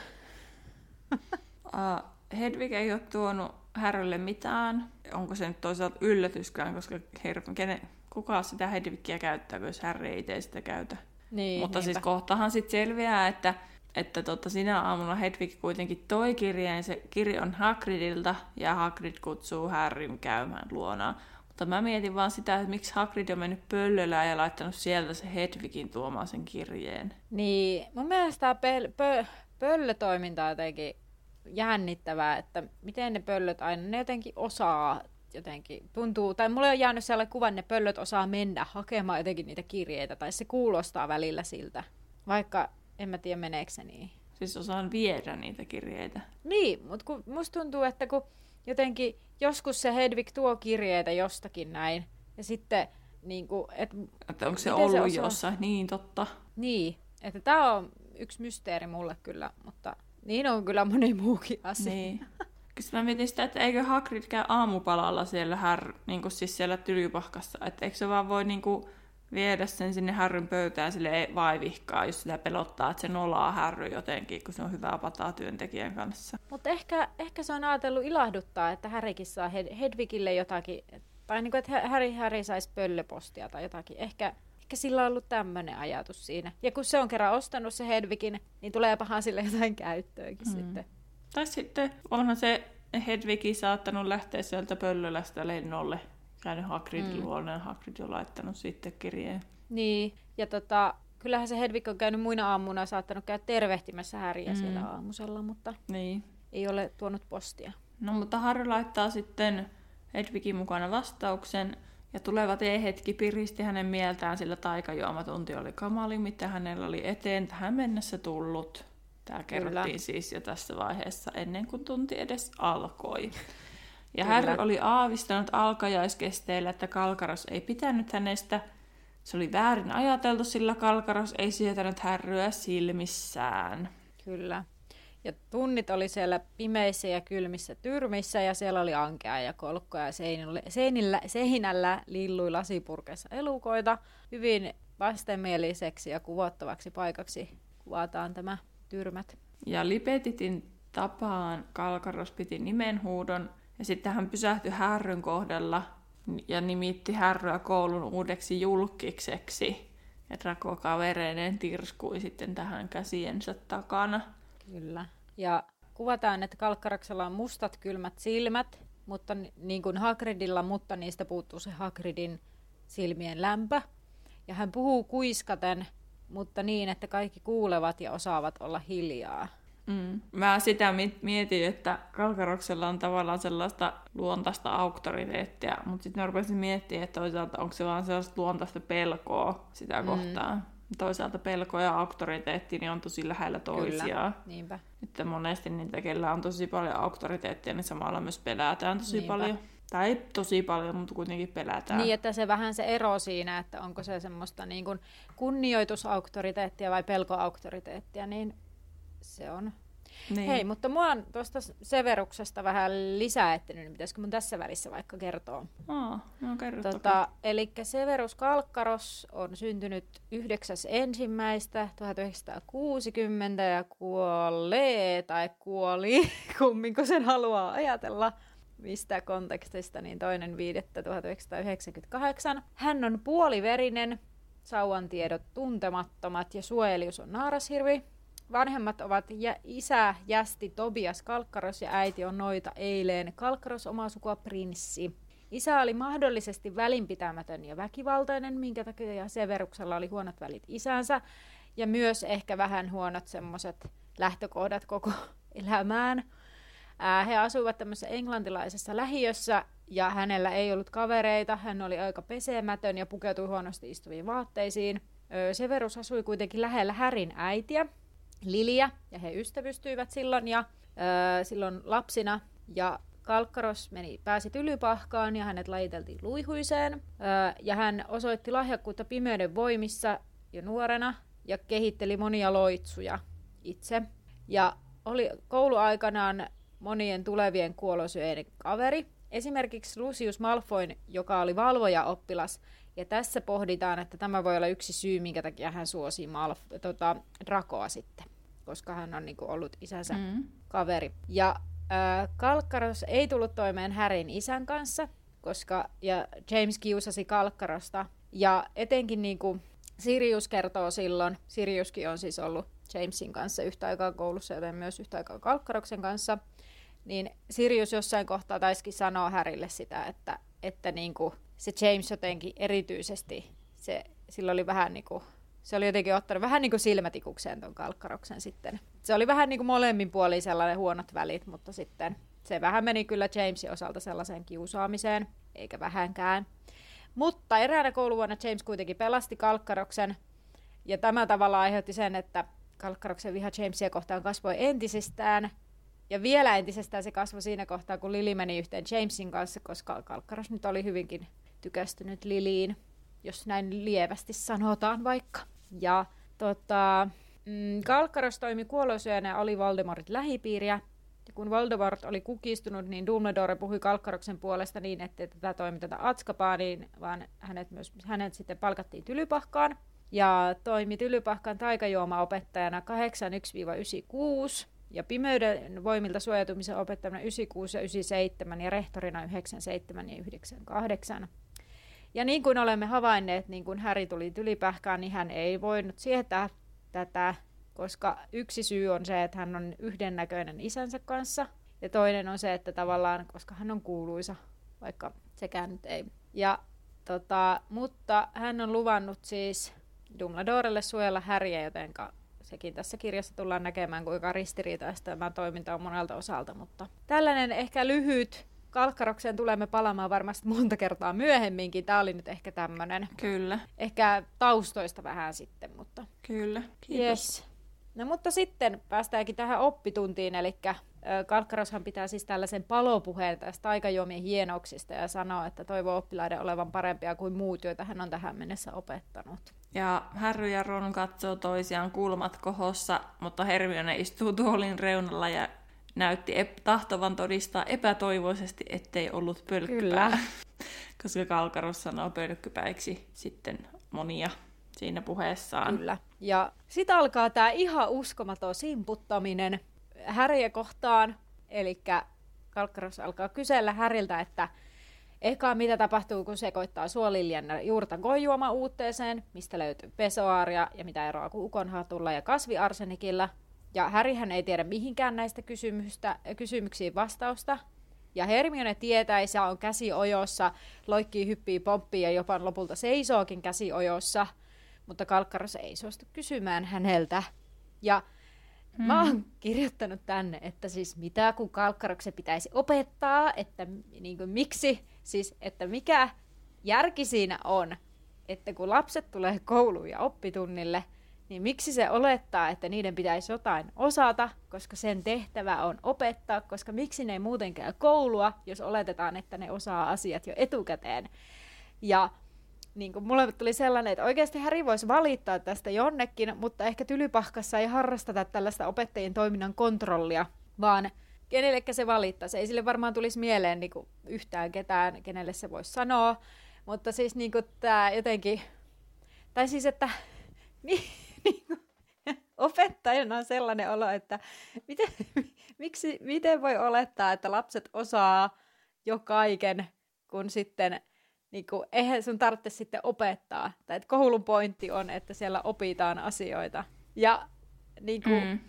Uh, Hedvig ei ole tuonut Harrylle mitään. Onko se nyt toisaalta yllätyskään, koska Her- kenen, kuka sitä Hedvigia käyttää, jos Harry ei itse sitä käytä. Niin, Mutta niinpä. siis kohtahan sitten selviää, että, että tota, sinä aamuna Hedvig kuitenkin toi kirjeen. Se kirja on Hagridilta ja Hagrid kutsuu Harryn käymään luonaan. Mutta mä mietin vaan sitä, että miksi Hagrid on mennyt pöllölään ja laittanut sieltä se Hedvigin tuomaan sen kirjeen. Niin, mun mielestä tämä pel- pö- pöllötoiminta on jotenkin jännittävää, että miten ne pöllöt aina, ne jotenkin osaa jotenkin, tuntuu, tai mulle on jäänyt sellainen kuva, että ne pöllöt osaa mennä hakemaan jotenkin niitä kirjeitä, tai se kuulostaa välillä siltä, vaikka en mä tiedä meneekö se niin. Siis osaan viedä niitä kirjeitä. Niin, mutta kun musta tuntuu, että kun jotenkin joskus se Hedvig tuo kirjeitä jostakin näin, ja sitten niin kuin, että Että onko se miten ollut osaa? jossain? Niin, totta. Niin, että tämä on yksi mysteeri mulle kyllä, mutta niin on kyllä moni muukin asia. Niin. Kyllä mä mietin sitä, että eikö Hagrid käy aamupalalla siellä, Har, niin kuin siis siellä Tylypahkassa. Että eikö se vaan voi niin kuin viedä sen sinne Harryn pöytään sille vaivihkaa, jos sitä pelottaa, että se nolaa Harry jotenkin, kun se on hyvää pataa työntekijän kanssa. Mutta ehkä, ehkä se on ajatellut ilahduttaa, että Harrykin saa Hed- Hedvigille jotakin, tai niin kuin, että Harry, Harry saisi pöllöpostia tai jotakin. Ehkä, ehkä sillä on ollut tämmöinen ajatus siinä. Ja kun se on kerran ostanut se Hedvigin, niin tuleepahan sille jotain käyttöäkin mm. sitten. Tai sitten onhan se Hedvigi saattanut lähteä sieltä pöllölästä lennolle, käynyt Hagridin mm. luonne ja Hagrid on laittanut sitten kirjeen. Niin, ja tota, kyllähän se Hedvig on käynyt muina aamuna saattanut käydä tervehtimässä Harryä mm. siellä aamusella, mutta niin. ei ole tuonut postia. No mutta Harry laittaa sitten Hedvigin mukana vastauksen, ja tuleva teehetki piristi hänen mieltään, sillä taikajuomatunti oli kamali, mitä hänellä oli eteen tähän mennessä tullut. Tämä kerrottiin Kyllä. siis jo tässä vaiheessa, ennen kuin tunti edes alkoi. Ja Kyllä. Harry oli aavistanut alkajaiskesteillä, että Kalkaros ei pitänyt hänestä. Se oli väärin ajateltu, sillä Kalkaros ei sietänyt Harryä silmissään. Kyllä. Ja tunnit oli siellä pimeissä ja kylmissä tyrmissä, ja siellä oli ankea ja kolkkoja, ja seinillä, seinillä, seinällä lillui lasipurkeissa elukoita. Hyvin vastenmieliseksi ja kuvottavaksi paikaksi kuvataan tämä tyrmät. Ja Lipetitin tapaan Kalkaros piti nimenhuudon, ja sitten hän pysähtyi Harryn kohdalla ja nimitti Harryä koulun uudeksi julkkikseksi. Ja Draco kavereinen tirskui sitten tähän käsiensä takana. Kyllä. Ja kuvataan, että Kalkkaraksella on mustat kylmät silmät, mutta niin kuin Hagridilla, mutta niistä puuttuu se Hagridin silmien lämpö. Ja hän puhuu kuiskaten, mutta niin, että kaikki kuulevat ja osaavat olla hiljaa. Mm. Mä sitä mietin, että Kalkaroksella on tavallaan sellaista luontaista auktoriteettia, mutta sitten mä rupesin miettimään, että toisaalta onko se vaan sellaista luontaista pelkoa sitä mm. kohtaan. Toisaalta pelko ja auktoriteetti niin on tosi lähellä toisiaan. Kyllä, niinpä. Että monesti niitä, kellä on tosi paljon auktoriteettia, niin samalla myös pelätään tosi niinpä. paljon. Tai ei tosi paljon, mutta kuitenkin pelätään. Niin, että se vähän se ero siinä, että onko se semmoista niin kuin kunnioitusauktoriteettia vai pelkoauktoriteettia, niin se on. Niin. Hei, mutta mua on tuosta Severuksesta vähän lisää etsinyt, niin pitäisikö mun tässä välissä vaikka kertoa? Aa, no kerro tota, eli Severus Kalkkaros on syntynyt yhdeksäs ensimmäistä tuhatyhdeksänsataakuusikymmentä ja kuolee tai kuoli, kummin kun sen haluaa ajatella, mistä kontekstista, niin toinen viidettä tuhatyhdeksänsataayhdeksänkymmentäkahdeksan. Hän on puoliverinen, sauvan tiedot tuntemattomat ja suojelius on naarashirvi. Vanhemmat ovat jä, isä Jästi Tobias Kalkkaros ja äiti on noita Eileen Kalkkaros, omaa sukua Prinssi. Isä oli mahdollisesti välinpitämätön ja väkivaltainen, minkä takia Severuksella oli huonot välit isänsä. Ja myös ehkä vähän huonot semmoiset lähtökohdat koko elämään. Ää, he asuivat tämmöisessä englantilaisessa lähiössä ja hänellä ei ollut kavereita. Hän oli aika pesemätön ja pukeutui huonosti istuviin vaatteisiin. Öö, Severus asui kuitenkin lähellä Härin äitiä, Liliä, ja he ystävystyivät silloin ja öö, silloin lapsina. Ja Kalkkaros meni, pääsi Tylypahkaan ja hänet lajiteltiin luihuiseen. Öö, ja hän osoitti lahjakkuutta pimeyden voimissa jo nuorena ja kehitteli monia loitsuja itse. Ja oli kouluaikanaan monien tulevien kuolosyöiden kaveri. Esimerkiksi Lucius Malfoyn, joka oli valvojaoppilas. Ja tässä pohditaan, että tämä voi olla yksi syy, minkä takia hän suosii Malf- tota, Dracoa sitten, koska hän on niinku ollut isänsä mm. kaveri. Ja äh, Kalkkaros ei tullut toimeen Harryn isän kanssa, koska ja James kiusasi Kalkkarosta. Ja etenkin niinku Sirius kertoo silloin, Siriuskin on siis ollut Jamesin kanssa yhtä aikaa koulussa, joten myös yhtä aikaa Kalkkaroksen kanssa, niin Sirius jossain kohtaa taisikin sanoa Harrylle sitä, että, että niinku se James jotenkin erityisesti, se, sillä oli vähän niinku, se oli jotenkin ottanut vähän niinku silmätikukseen ton Kalkkaroksen sitten. Se oli vähän niinku molemmin puolin sellainen huonot välit, mutta sitten se vähän meni kyllä Jamesin osalta sellaiseen kiusaamiseen, eikä vähänkään. Mutta eräänä kouluvuonna James kuitenkin pelasti Kalkkaroksen, ja tämä tavalla aiheutti sen, että Kalkkaroksen viha Jamesia kohtaan kasvoi entisestään, ja vielä entisestään se kasvoi siinä kohtaa, kun Lily meni yhteen Jamesin kanssa, koska Kalkkaros nyt oli hyvinkin tykästynyt Lilyyn, jos näin lievästi sanotaan vaikka. Ja tota, mm, Kalkkaros toimi kuolosyönä ja oli Voldemortin lähipiiriä. Ja kun Voldemort oli kukistunut, niin Dumbledore puhui Kalkkaroksen puolesta niin, ettei tätä toimiteta Azkabaniin, vaan hänet, myös, hänet sitten palkattiin Tylypahkaan. Ja toimi Tylypahkan taikajuomaopettajana kahdeksankymmentäyksi yhdeksänkymmentäkuusi. Ja pimeyden voimilta suojautumisen opettamana yhdeksänkymmentäkuusi ja yhdeksänkymmentäseitsemän ja rehtorina yhdeksänkymmentäseitsemän ja yhdeksänkymmentäkahdeksan. Ja niin kuin olemme havainneet, niin kun Harry tuli Tylypahkaan, niin hän ei voinut sietää tätä, koska yksi syy on se, että hän on yhdennäköinen isänsä kanssa. Ja toinen on se, että tavallaan, koska hän on kuuluisa, vaikka sekään nyt ei. Ja, tota, mutta hän on luvannut siis Dumbledorelle suojella Harryä, jotenka sekin tässä kirjassa tullaan näkemään, kuinka ristiriitaista tämä toiminta on monelta osalta. Mutta tällainen ehkä lyhyt. Kalkkarokseen tulemme palaamaan varmasti monta kertaa myöhemminkin. Tämä oli nyt ehkä tämmöinen. Kyllä. Ehkä taustoista vähän sitten, mutta. Kyllä, kiitos. Yes. No mutta sitten päästäänkin tähän oppituntiin, eli Kalkkaroshan pitää siis tällaisen palopuheen tästä taikajuomien hienouksista ja sanoo, että toivoo oppilaiden olevan parempia kuin muut, joita hän on tähän mennessä opettanut. Ja Harry ja Ron katsoo toisiaan kulmat kohossa, mutta Hermione istuu tuolin reunalla ja näytti ep- tahtovan todistaa epätoivoisesti, ettei ollut pölkkypää. Kyllä. Koska Kalkkaros sanoo pölkkypäiksi sitten monia siinä puheessaan. Kyllä. Ja sitten alkaa tämä ihan uskomaton simputtaminen Harryä kohtaan. Eli Kalkkaros alkaa kysellä Harryltä, että eka mitä tapahtuu, kun sekoittaa suoliljan juurta koijuoma uutteeseen, mistä löytyy pesoaaria ja mitä eroa kuin ukonhatulla ja kasviarsenikilla. Ja Harryhän ei tiedä mihinkään näistä kysymyksiin vastausta. Ja Hermione tietäisi ja on käsi ojossa, loikkii, hyppii, pomppii ja jopa lopulta seisookin käsi ojossa, mutta Kalkkaros ei suostu kysymään häneltä. Ja hmm. mä oon kirjoittanut tänne, että siis mitä kun Kalkkaroksen pitäisi opettaa, että niin kuin, miksi, siis että mikä järki siinä on, että kun lapset tulee kouluun ja oppitunnille, niin miksi se olettaa, että niiden pitäisi jotain osata, koska sen tehtävä on opettaa, koska miksi ne ei muuten käy koulua, jos oletetaan, että ne osaa asiat jo etukäteen. Ja niin kuin mulle tuli sellainen, että oikeasti Harry voisi valittaa tästä jonnekin, mutta ehkä Tylypahkassa ei harrasteta tällaista opettajien toiminnan kontrollia, vaan kenellekä se valittaisi. Ei sille varmaan tulisi mieleen niin kuin yhtään ketään, kenelle se voisi sanoa, mutta siis niin kuin tämä jotenkin, tai siis että niin, niin kuin, opettajana on sellainen olo, että miten, miksi, miten voi olettaa, että lapset osaa jo kaiken, kun sitten niin kuin, eihän sun tarvitse sitten opettaa. Tai että koulun pointti on, että siellä opitaan asioita. Ja niin kuin, mm.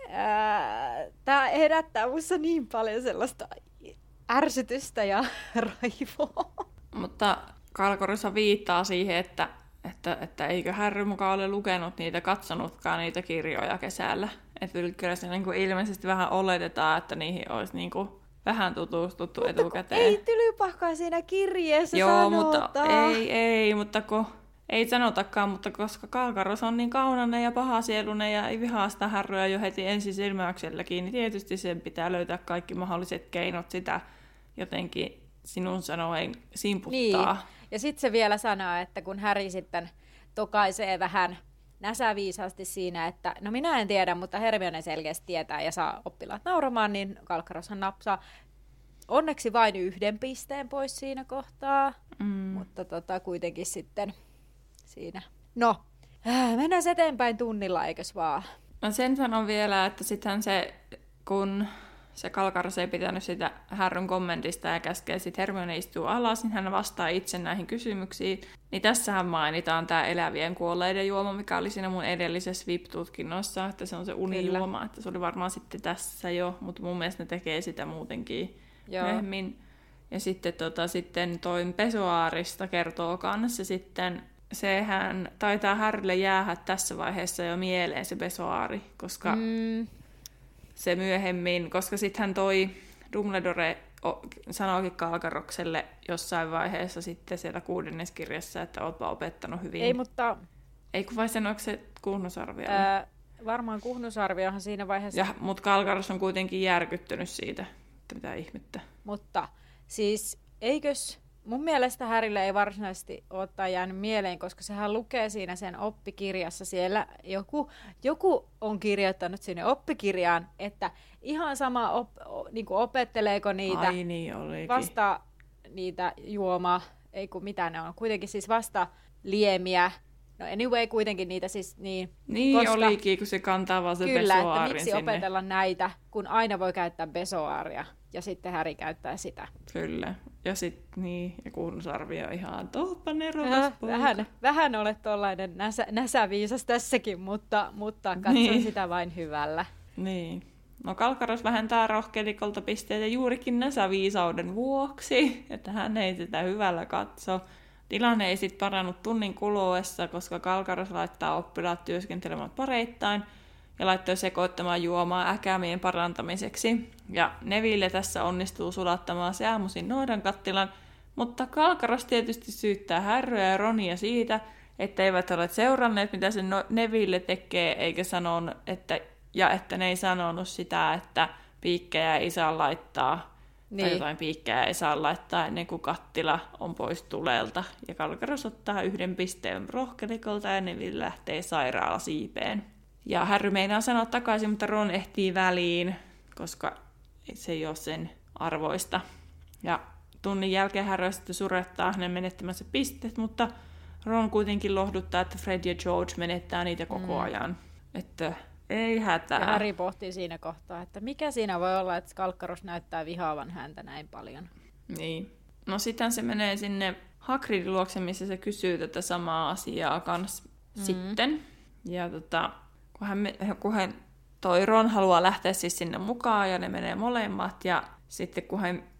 tämä herättää minussa niin paljon sellaista ärsytystä ja raivoa. Mutta Kalkorissa viittaa siihen, että, että, että eikö Harry mukaan ole lukenut niitä, katsonutkaan niitä kirjoja kesällä. Että kyllä se niin kuin ilmeisesti vähän oletetaan, että niihin olisi niin kuin vähän tutustuttu mutta etukäteen. Ei Tylypahkaa siinä kirjeessä Joo, sanota. mutta ei, ei, mutta kun ei sanotakaan, mutta koska Kalkaros on niin kaunainen ja pahasieluinen ja ei vihaa sitä Harryä jo heti ensisilmäykselläkin, niin tietysti sen pitää löytää kaikki mahdolliset keinot sitä jotenkin sinun sanoen simputtaa. Niin. Ja sitten se vielä sanoo, että kun Harry sitten tokaisee vähän näsäviisaasti siinä, että no minä en tiedä, mutta Hermione selkeästi tietää ja saa oppilaat nauramaan, niin Kalkkaroshan napsaa onneksi vain yhden pisteen pois siinä kohtaa, mm. mutta tota, kuitenkin sitten siinä. No, mennään eteenpäin tunnilla, eikös vaan? No sen sanon vielä, että sittenhän se, kun se Kalkaros ei pitänyt sitä Harryn kommentista ja käskee sitten Hermione istuu alas, niin hän vastaa itse näihin kysymyksiin. Niin tässähän mainitaan tämä elävien kuolleiden juoma, mikä oli siinä mun edellisessä V I P-tutkinnossa, että se on se unijuoma, että se oli varmaan sitten tässä jo, mutta mun mielestä ne tekee sitä muutenkin Joo. myöhemmin. Ja sitten, tota, sitten toin Pesuaarista kertoo kanssa sitten, sehän taitaa Harrylle jäädä tässä vaiheessa jo mieleen se Pesuaari, koska mm. se myöhemmin, koska sittenhän toi Dumbledore sanoikin Kalkarokselle jossain vaiheessa sitten siellä kuudennes kirjassa, että ootpa opettanut hyvin. Ei, mutta Ei kun vai sanoiko se Kuhnusarvio? Ää, varmaan Kuhnusarviohan siinä vaiheessa. Ja, mutta Kalkaros on kuitenkin järkyttynyt siitä, että mitä ihmettä. Mutta siis eikös, mun mielestä Harrylle ei varsinaisesti ole jäänyt mieleen, koska sehän lukee siinä sen oppikirjassa siellä, joku, joku on kirjoittanut sinne oppikirjaan, että ihan sama op, niin kuin opetteleeko niitä, Ai niin, vasta niitä juomaa, ei kun mitä ne on, kuitenkin siis vasta liemiä. No anyway, kuitenkin niitä siis niin. Niin koska, olikin, kun se kantaa vaan se kyllä, besoaarin että miksi sinne. opetella näitä, kun aina voi käyttää besoaaria, ja sitten Harry käyttää sitä. Kyllä, ja sitten niin, ja Kuhnusarvio ihan tohpa nerokas poika. Vähän, vähän olet tollainen näsä, näsäviisas tässäkin, mutta, mutta katson niin. sitä vain hyvällä. Niin. No Kalkaros vähentää rohkelikolta pisteitä juurikin näsäviisauden vuoksi, että hän ei sitä hyvällä katso. Tilanne ei sitten parannut tunnin kuluessa, koska Kalkaros laittaa oppilaat työskentelemään pareittain ja laittoi sekoittamaan juomaa äkämien parantamiseksi. Ja Neville tässä onnistuu sulattamaan se aamuisin noidan kattilan, mutta Kalkaros tietysti syyttää Harryä ja Ronia siitä, että eivät ole seuranneet, mitä se Neville tekee, eikä sanon, että, ja että ne ei sanonut sitä, että piikkejä ei saa laittaa. Niin. Tai jotain piikkejä ei saa laittaa ennen kuin kattila on pois tulelta. Ja Kalkaros ottaa yhden pisteen rohkelikolta ja Neville lähtee sairaalasiipeen. Ja Harry meinaa sanoa takaisin, mutta Ron ehtii väliin, koska se ei ole sen arvoista. Ja tunnin jälkeen Harry sitten surettaa hänen menettämänsä pisteet, mutta Ron kuitenkin lohduttaa, että Fred ja George menettää niitä koko ajan. Mm. Että ei hätää. Ja Harry pohtii siinä kohtaa, että mikä siinä voi olla, että Kalkkaros näyttää vihaavan häntä näin paljon. Niin. No sitten se menee sinne Hagridin luokse, missä se kysyy tätä samaa asiaa kans mm. sitten. Ja tota, kun, hän, kun hän, toi Ron haluaa lähteä siis sinne mukaan ja ne menee molemmat. Ja sitten kun hän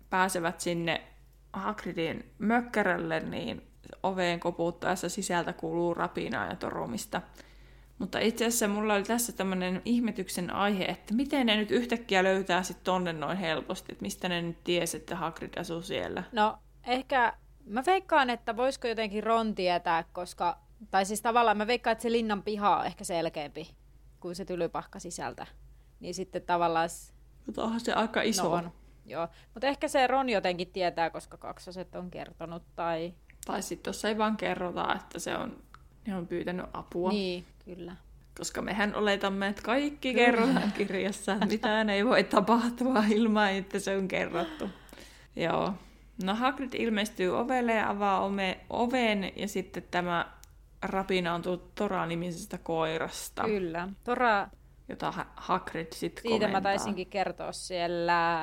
pääsevät sinne Hagridin mökkärälle, niin oveen koputtaessa sisältä kuuluu rapinaa ja torumista. Mutta itse asiassa mulla oli tässä tämmöinen ihmetyksen aihe, että miten ne nyt yhtäkkiä löytää sitten tonne noin helposti, että mistä ne nyt tiesi, että Hagrid asuu siellä. No ehkä mä veikkaan, että voisiko jotenkin Ron tietää, koska, tai siis tavallaan mä veikkaan, että se linnan piha on ehkä selkeämpi kuin se tylypahka sisältä. Niin sitten tavallaan... Mutta onhan se aika iso. No on, joo. Mutta ehkä se Ron jotenkin tietää, koska kaksoset on kertonut tai... Tai sitten tuossa ei vaan kerrota, että se on, ne on pyytänyt apua. Niin, kyllä. Koska mehän oletamme, että kaikki kerrotaan kirjassa. Mitään ei voi tapahtua ilman, että se on kerrottu. Joo. No Hagrid ilmestyy ovelle ja avaa ome, oven, ja sitten tämä rapina on tullut Tora-nimisestä koirasta. Kyllä. Tora... Jota Hagrid sitten komentaa. Siitä mä taisinkin kertoa siellä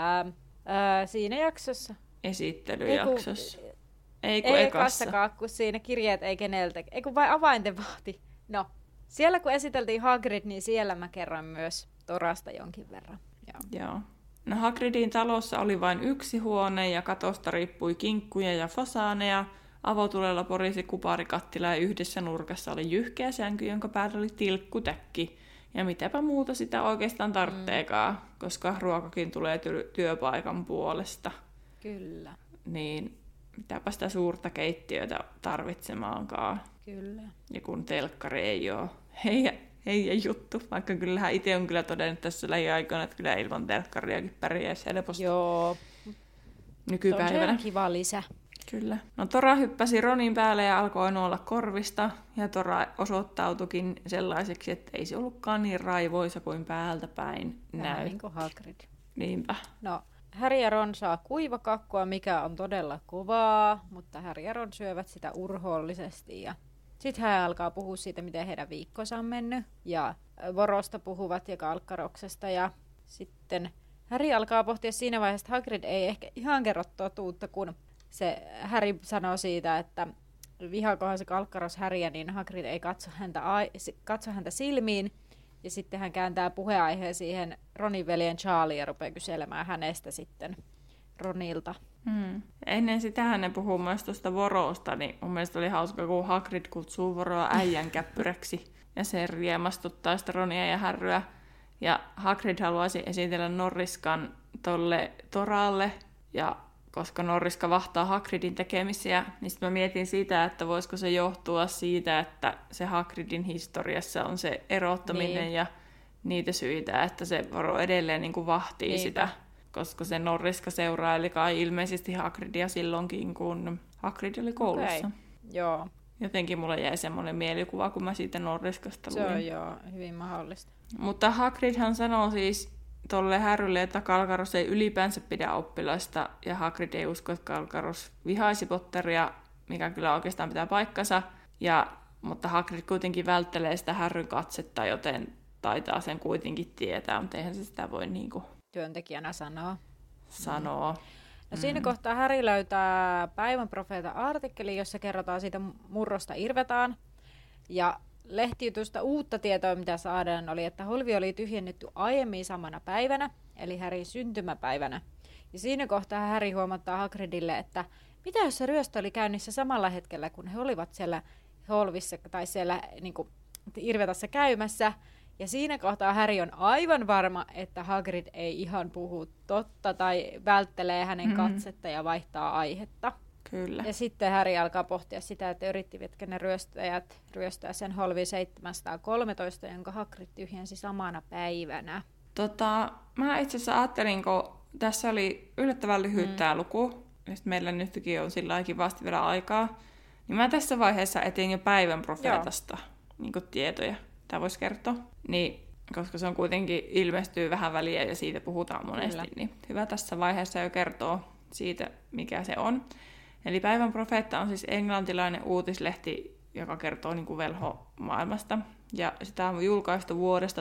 ää, siinä jaksossa. Esittelyjaksossa. Eiku, Eiku ei ekassa. Ei kun siinä kirjeet ei keneltä. Eiku vai avainten vahti. No, siellä kun esiteltiin Hagrid, niin siellä mä kerroin myös Torasta jonkin verran. Joo. Joo. No Hagridin talossa oli vain yksi huone ja katosta riippui kinkkuja ja fasaaneja. Avotulella porisi kuparikattila ja yhdessä nurkassa oli jyhkeä sänky, jonka päällä oli tilkkutäkki. Ja mitäpä muuta sitä oikeastaan tarvitseekaan, mm. koska ruokakin tulee ty- työpaikan puolesta. Kyllä. Niin mitäpä sitä suurta keittiötä tarvitsemaankaan. Kyllä. Ja kun telkkari ei ole heidän, heidän juttu, vaikka kyllähän itse on kyllä todennut tässä lähiaikoina, että kyllä ilman telkkariakin pärjäisi helposti. Joo. Nykypäivänä. Se on kiva lisä. Kyllä. No Tora hyppäsi Ronin päälle ja alkoi nuolla korvista, ja Tora osoittautuikin sellaiseksi, että ei se ollutkaan niin raivoisa kuin päältä päin näy. niin kuin Hagrid. Niinpä. No, Harry ja Ron saa kuivakakkua, mikä on todella kovaa, mutta Harry ja Ron syövät sitä urhoollisesti, ja sitten hän alkaa puhua siitä, miten heidän viikkonsa on mennyt, ja Vorosta puhuvat ja Kalkkaroksesta, ja sitten Harry alkaa pohtia siinä vaiheessa, että Hagrid ei ehkä ihan kerro totuutta, kun se Harry sanoo siitä, että vihaakohan se Kalkkaros Harryä, niin Hagrid ei katso häntä, katso häntä silmiin. Ja sitten hän kääntää puheenaiheen siihen Ronin veljen Charlie ja rupeaa kyselemään hänestä sitten Ronilta. Hmm. Ennen sitä hän puhuu myös tuosta Vorosta, niin mun mielestä oli hauska, kun Hagrid kutsuu Voroa äijän käppyräksi. Ja se riemastuttaa sitä Ronia ja Harryä. Ja Hagrid haluaisi esitellä Norriskan tolle Toralle, ja koska Norriska vahtaa Hagridin tekemisiä, niin sitten mä mietin sitä, että voisiko se johtua siitä, että se Hagridin historiassa on se erottaminen niin. Ja niitä syitä, että se Voro edelleen niin kuin vahtii Niinpä. Sitä, koska se Norriska seuraili kai ilmeisesti Hagridia silloinkin, kun Hagrid oli koulussa. Okay. Joo. Jotenkin mulle jäi semmoinen mielikuva, kun mä siitä Norriskasta luin. Se on joo, hyvin mahdollista. Mutta Hagridhan sanoo siis tolle Harrylle, että Kalkaros ei ylipäänsä pidä oppilaista, ja Hagrid ei usko, että Kalkaros vihaisi Potteria, mikä kyllä oikeastaan pitää paikkansa, ja, mutta Hagrid kuitenkin välttelee sitä Harryn katsetta, joten taitaa sen kuitenkin tietää, mutta eihän se sitä voi niin kuin työntekijänä sanoa. sanoa. No siinä mm. kohtaa Harry löytää päivän profeetan artikkelin, jossa kerrotaan siitä murrosta Irvetaan, ja lehtijutusta uutta tietoa, mitä saadaan, oli, että holvi oli tyhjennetty aiemmin samana päivänä, eli Harryn syntymäpäivänä. Ja siinä kohtaa Harry huomattaa Hagridille, että mitä jos se ryöstö oli käynnissä samalla hetkellä, kun he olivat siellä holvissa tai siellä niin kuin, Irvetassa käymässä. Ja siinä kohtaa Harry on aivan varma, että Hagrid ei ihan puhu totta tai välttelee hänen mm-hmm. katsetta ja vaihtaa aihetta. Kyllä. Ja sitten Harry alkaa pohtia sitä, että yrittivätkö ne ryöstäjät ryöstää sen holvi seitsemänsataakolmetoista, jonka Hagrid tyhjensi samana päivänä. Tota, mä itse asiassa ajattelin, kun tässä oli yllättävän lyhyt mm. tämä luku, ja meillä nytkin on sillä kivasti vielä aikaa, niin mä tässä vaiheessa etin jo päivän profeetasta niin tietoja. Tämä voisi kertoa. Niin, koska se on kuitenkin ilmestyy vähän väliä ja siitä puhutaan monesti, Kyllä. niin hyvä tässä vaiheessa jo kertoo siitä, mikä se on. Eli päivän profeetta on siis englantilainen uutislehti, joka kertoo niin kuin velho-maailmasta. Ja sitä on julkaistu vuodesta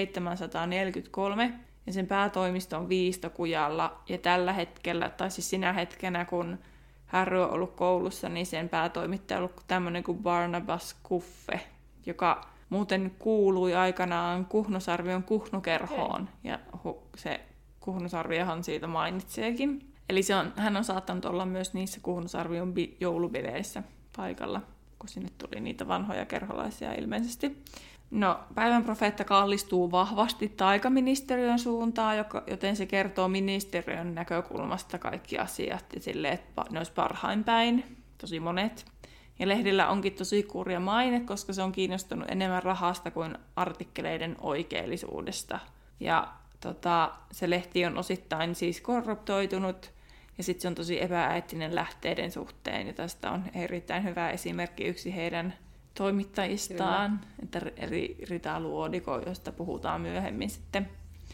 tuhatseitsemänsataaneljäkymmentäkolme, ja sen päätoimisto on Viistokujalla. Ja tällä hetkellä, tai siis sinä hetkenä, kun Harry on ollut koulussa, niin sen päätoimittaja on ollut tämmöinen kuin Barnabas Kuffe, joka muuten kuului aikanaan Kuhnosarvion Kuhnukerhoon. Okay. Ja se Kuhnosarviohan siitä mainitseekin. Eli se on, hän on saattanut olla myös niissä Kuhnusarvion bi- joulubileissä paikalla, kun sinne tuli niitä vanhoja kerholaisia ilmeisesti. No, päivän profeetta kallistuu vahvasti taikaministeriön suuntaan, joka, joten se kertoo ministeriön näkökulmasta kaikki asiat ja silleen, että ne olisi parhain päin, tosi monet. Ja lehdillä onkin tosi kurja maine, koska se on kiinnostunut enemmän rahasta kuin artikkeleiden oikeellisuudesta. Ja tota, se lehti on osittain siis korruptoitunut, ja sitten se on tosi epääeettinen lähteiden suhteen, ja tästä on erittäin hyvä esimerkki yksi heidän toimittajistaan, Kyllä. että eri Rita Luodiko, josta puhutaan myöhemmin sitten.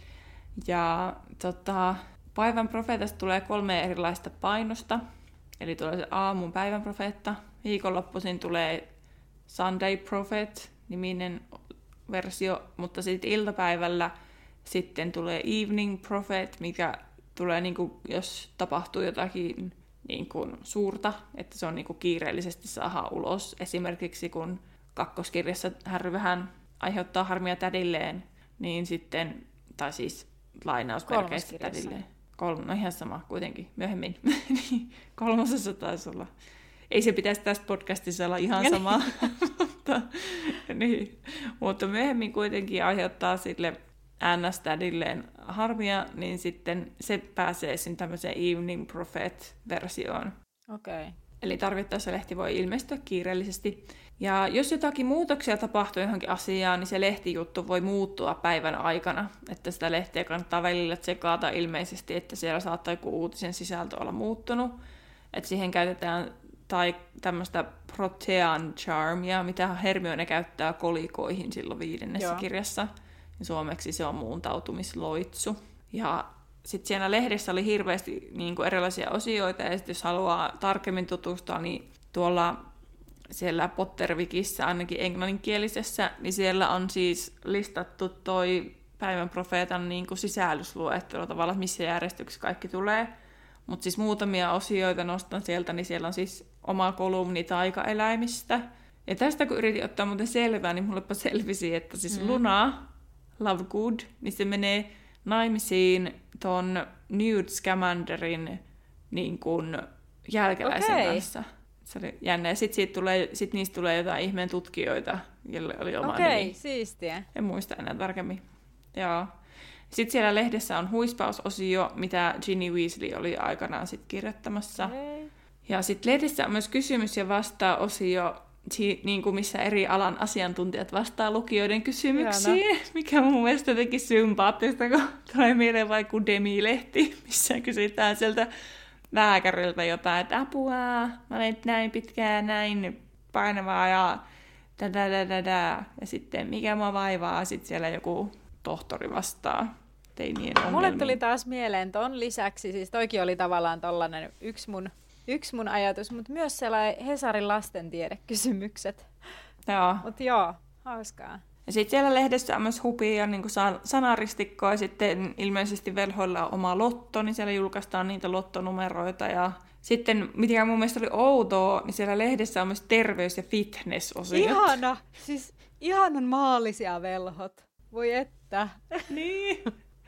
Ja tota, päivän profeetasta tulee kolme erilaista painosta, eli tulee se aamun päivän profeetta, viikonloppuisin tulee Sunday Prophet-niminen versio, mutta sitten iltapäivällä sitten tulee Evening Prophet, mikä tulee, niin kuin, jos tapahtuu jotakin niin kuin suurta, että se on niin kuin kiireellisesti saadaan ulos. Esimerkiksi kun kakkoskirjassa Harry vähän aiheuttaa harmia tädilleen, niin sitten, tai siis lainausmerkeistä tädilleen. Kolm, no ihan sama kuitenkin, myöhemmin. Kolmosessa taisi olla. Ei se pitäisi tästä podcastissa olla ihan sama, mutta, niin. mutta myöhemmin kuitenkin aiheuttaa sille N S-tädilleen harmia, niin sitten se pääsee sinne tämmöiseen Evening Prophet-versioon. Okei. Okay. Eli tarvittaessa lehti voi ilmestyä kiireellisesti. Ja jos jotakin muutoksia tapahtuu johonkin asiaan, niin se lehtijuttu voi muuttua päivän aikana. Että sitä lehteä kannattaa välillä tsekata ilmeisesti, että siellä saattaa joku uutisen sisältö olla muuttunut. Että siihen käytetään tai tämmöistä Protean Charmia, mitä Hermione käyttää kolikoihin silloin viidennessä Joo. kirjassa. Ja suomeksi se on muuntautumisloitsu. Ja sitten siellä lehdessä oli hirveästi niin kuin erilaisia osioita, ja jos haluaa tarkemmin tutustua, niin tuolla siellä Pottervikissä, ainakin englanninkielisessä, niin siellä on siis listattu toi päivän profeetan niin kuin sisällysluettelo tavallaan, missä järjestyksessä kaikki tulee. Mutta siis muutamia osioita nostan sieltä, niin siellä on siis oma kolumni taikaeläimistä. Ja tästä kun yritin ottaa muuten selvää, niin mullepa selvisi, että siis mm. Luna, Lovegood, niin se menee naimisiin ton Newt Scamanderin niin kuin jälkeläisen okay. kanssa. Se oli jännä. Ja sit, siitä tulee, sit niistä tulee jotain ihmeen tutkijoita, jolle oli oma okay, nimi. Siistiä. En muista enää tarkemmin. Joo. Sitten siellä lehdessä on huispausosio, mitä Ginny Weasley oli aikanaan sit kirjoittamassa. Okay. Ja sitten lehdessä on myös kysymys- ja vastaa-osio, niin kuin missä eri alan asiantuntijat vastaa lukijoiden kysymyksiin, Ihana. Mikä on mun mielestä jotenkin sympaattista, kun tulee mieleen vaikka Demi-lehti, missä kysytään sieltä lääkäriltä jotain, että apua, mä olen näin pitkään, näin painavaa ja tädädädädä. Ja sitten mikä mua vaivaa, sitten siellä joku tohtori vastaa teinien ongelmiin. Mulle tuli taas mieleen ton lisäksi, siis toikin oli tavallaan tollanen yksi mun, yksi mun ajatus, mutta myös sellainen Hesarin lastentiedekysymykset. Joo. Mut joo, hauskaa. Ja sitten siellä lehdessä on myös hupia niin kuin sanaristikkoa, ja sitten ilmeisesti velhoilla on oma lotto, niin siellä julkaistaan niitä lottonumeroita. Ja sitten, mikä mun mielestä oli outoa, niin siellä lehdessä on myös terveys- ja fitness-osiot. Ihana! Siis ihanan maallisia velhot. Voi että. Niin.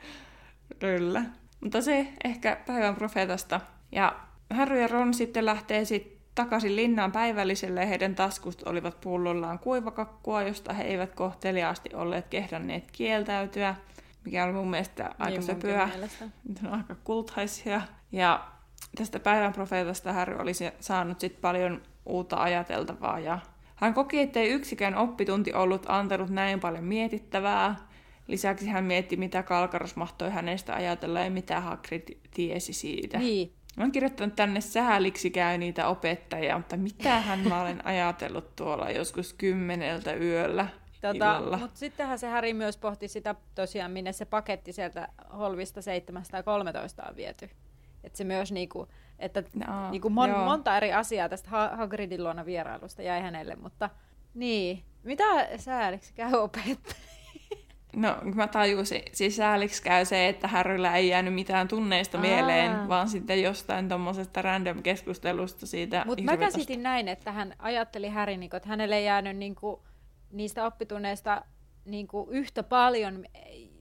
Kyllä. Mutta se ehkä päivän profeetasta. Ja Harry ja Ron sitten lähtee sitten takaisin linnaan päivälliselle, ja heidän taskut olivat pullollaan kuivakakkua, josta he eivät kohteliaasti olleet kehdanneet kieltäytyä, mikä on mun mielestä aika niin söpöä. Ne on aika kultaisia. Ja tästä päivän profeetasta Harry oli saanut sit paljon uutta ajateltavaa, ja hän koki, ettei yksikään oppitunti ollut antanut näin paljon mietittävää. Lisäksi hän mietti, mitä Kalkaros mahtoi hänestä ajatella ja mitä Hagrid tiesi siitä. Niin. Mä oon kirjoittanut tänne sääliksi käy niitä opettajia, mutta mitähän mä olen ajatellut tuolla joskus kymmeneltä yöllä tota, illalla. Mutta sittenhän se Harry myös pohti sitä tosiaan, minne se paketti sieltä Holvista seitsemänsataakolmetoista on viety. Että se myös niinku, että no, niinku mon, monta eri asiaa tästä Hagridin luona vierailusta jäi hänelle, mutta niin. Mitä sääliksi käy opettajia? No, mä tajusin, siis sääliksi käy se, että Harryllä ei jäänyt mitään tunneista Aa. mieleen, vaan sitten jostain tommosesta random-keskustelusta siitä. Mutta mä käsitin näin, että hän ajatteli Harry, että hänelle ei jäänyt niinku niistä oppitunneista niinku yhtä paljon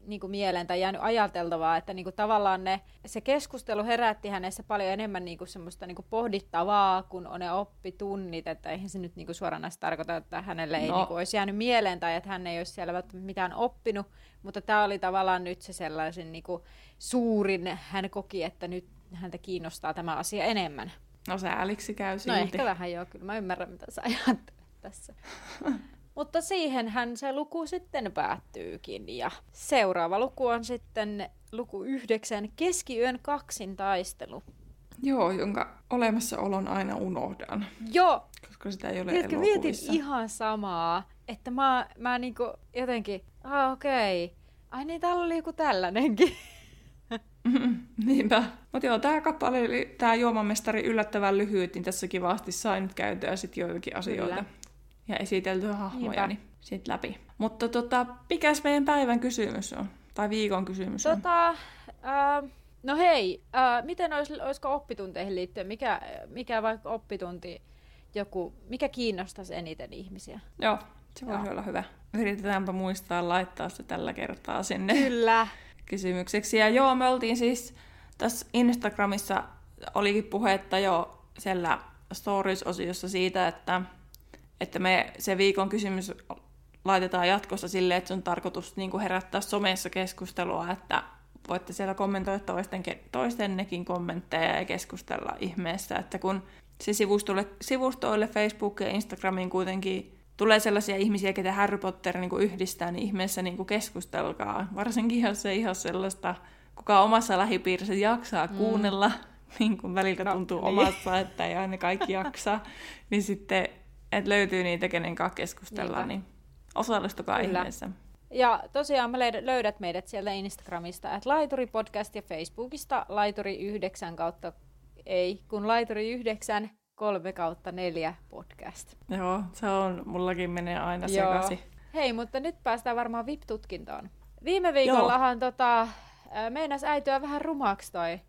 niin kuin mieleen tai jäänyt ajateltavaa, että niin kuin tavallaan ne, se keskustelu herätti hänessä paljon enemmän niin kuin semmoista niin kuin pohdittavaa, kun on ne oppitunnit, että eihän se nyt niin kuin suoranaisesti tarkoita, että hänelle ei no. niin kuin olisi jäänyt mieleen tai että hän ei olisi siellä välttämättä mitään oppinut, mutta tämä oli tavallaan nyt se sellaisen niin kuin suurin, hän koki, että nyt häntä kiinnostaa tämä asia enemmän. No sääliksi käy silti. No ehkä vähän joo, kyllä mä ymmärrän, mitä sä ajattelet tässä. Mutta siihenhän se luku sitten päättyykin. Ja seuraava luku on sitten luku yhdeksän, keskiyön kaksintaistelu. Joo, jonka olemassaolon aina unohdan. Joo. Koska sitä ei ole Tiedätkö, elokuvissa. mietin ihan samaa, että mä, mä niinku jotenkin, ah okei, okay. Ai niin, täällä oli joku tällainenkin. Niinpä. Mutta joo, tää kappale oli tää juomamestari yllättävän lyhyt, niin tässä kivasti sai nyt käytyä sit joitakin asioita. Kyllä. Ja esiteltyä hahmoja niin sit läpi. Mutta tota, mikäs meidän päivän kysymys on? Tai viikon kysymys on? Tota, äh, no hei, äh, miten olis, olisiko oppitunteihin liittyen, mikä, mikä vaikka oppitunti, joku, mikä kiinnostaisi eniten ihmisiä? Joo, se voisi joo. olla hyvä. Yritetäänpä muistaa laittaa se tällä kertaa sinne. Kyllä. Kysymykseksi. Ja joo, me oltiin siis tässä Instagramissa olikin puhetta jo siellä Stories-osiossa siitä, että, että me se viikon kysymys laitetaan jatkossa silleen, että se on tarkoitus niin kuin herättää somessa keskustelua, että voitte siellä kommentoida toisten, toistennekin kommentteja ja keskustella ihmeessä, että kun se sivustoille, sivustoille Facebook ja Instagramiin kuitenkin tulee sellaisia ihmisiä, ketä Harry Potter niin kuin yhdistää, niin ihmeessä niin kuin keskustelkaa. Varsinkin jos ei ole sellaista, kuka omassa lähipiirissä jaksaa mm. kuunnella, niin kuin välillä no, tuntuu niin. omassa, että ei aina kaikki jaksaa, niin sitten, että löytyy niitä, kenen kanssa keskustellaan, niin osallistukaa Kyllä. ihmeessä. Ja tosiaan mä löydät meidät sieltä Instagramista, että Laituri Podcast ja Facebookista Laituri yhdeksän kautta, ei, kun Laituri yhdeksän kolme kautta neljä podcast. Joo, se on, mullakin menee aina sekaisin. Hei, mutta nyt päästään varmaan V I P-tutkintoon. Viime viikollahan tota, meinas äityä vähän rumaksi toi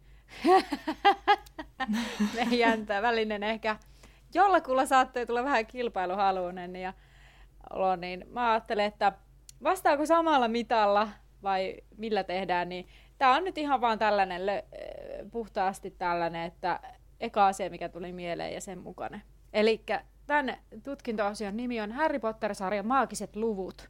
meidän välinen ehkä. Jollakulla saattoi tulla vähän kilpailuhaluinen ja olo, niin mä ajattelen, että vastaako samalla mitalla vai millä tehdään, niin tää on nyt ihan vaan tällainen, puhtaasti tällainen, että eka asia, mikä tuli mieleen ja sen mukainen. Eli tämän tutkinto-osion nimi on Harry Potter-sarjan maagiset luvut.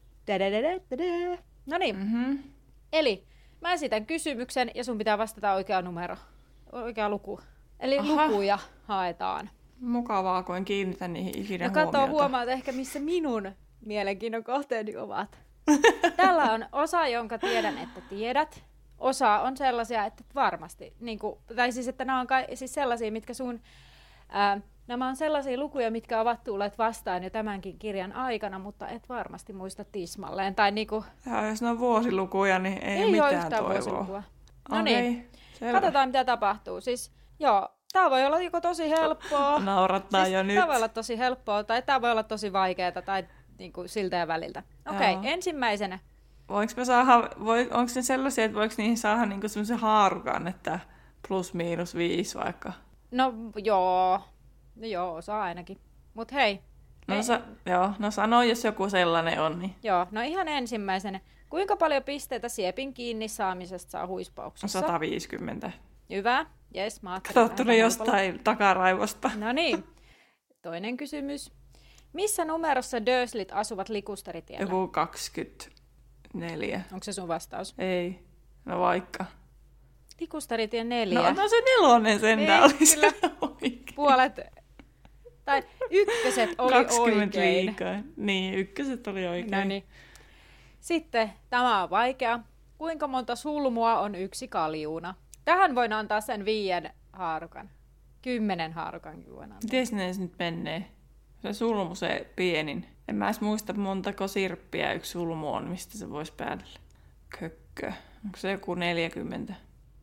No niin. Mm-hmm. Eli mä esitän kysymyksen ja sun pitää vastata oikea numero. Oikea luku. Eli Aha. lukuja haetaan. Mukavaa, kun en kiinnitä niihin ikinä no, huomiota. Kato, huomaat ehkä, missä minun mielenkiinnon kohteeni ovat. Tällä on osa, jonka tiedän, että tiedät. Osa on sellaisia, että varmasti, niin kuin, tai siis, että nämä on kai, siis sellaisia, mitkä sun, ää, nämä on sellaisia lukuja, mitkä ovat tulleet vastaan jo tämänkin kirjan aikana, mutta et varmasti muista tismalleen. Tai niin kuin, ja jos ne on vuosilukuja, niin ei, ei mitään toivoa. Vuosilukua. No niin, okay, katsotaan mitä tapahtuu. Siis, joo, tämä voi olla joko tosi helppoa, naurattaa siis, jo nyt. Tämä voi olla tosi helppoa, tai tämä voi olla tosi vaikeaa, tai niin kuin, siltä ja väliltä. Okei, okay, ensimmäisenä. Voinko me saada, voi, onko ne sellaisia, että voiko niihin saada niinku semmoisen haarukan, että plus miinus viisi vaikka? No joo, no joo, saa ainakin. Mut hei. No, hei. Sa- joo, no sano, jos joku sellainen on. Niin. Joo, no ihan ensimmäisenä. Kuinka paljon pisteitä siepin kiinni saamisesta saa huispauksessa? sata viisikymmentä. Hyvä, jes, mä ajattelin. Kato, tuli jostain takaraivosta. No niin, toinen kysymys. Missä numerossa Dursleyt asuvat Likusteritiellä? Joku kaksikymmentä. Neljä. Onko se sun vastaus? Ei. No vaikka. Likusteritien neljä. No, no se nelonen sentään oli kyllä oikein. Puolet. Tai ykköset oli kaksikymmentä oikein. liikaa. Niin, ykköset oli oikein. No niin. Sitten, tämä on vaikea. Kuinka monta sulmua on yksi kaljuuna? Tähän voin antaa sen viien haarukan. Kymmenen haarukankin voin antaa. Miten ne nyt menee? Se sulmu, se pienin. En mä edes muista, montako sirppiä yksi sulmu on, mistä se voisi päädellä. Kökkö. Onko se joku neljäkymmentä?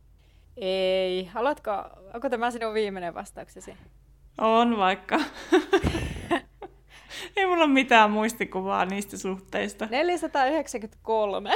Ei. Haluatko, onko tämä sinun viimeinen vastauksesi? On vaikka. Ei mulla ole mitään muistikuvaa niistä suhteista. neljäsataayhdeksänkymmentäkolme.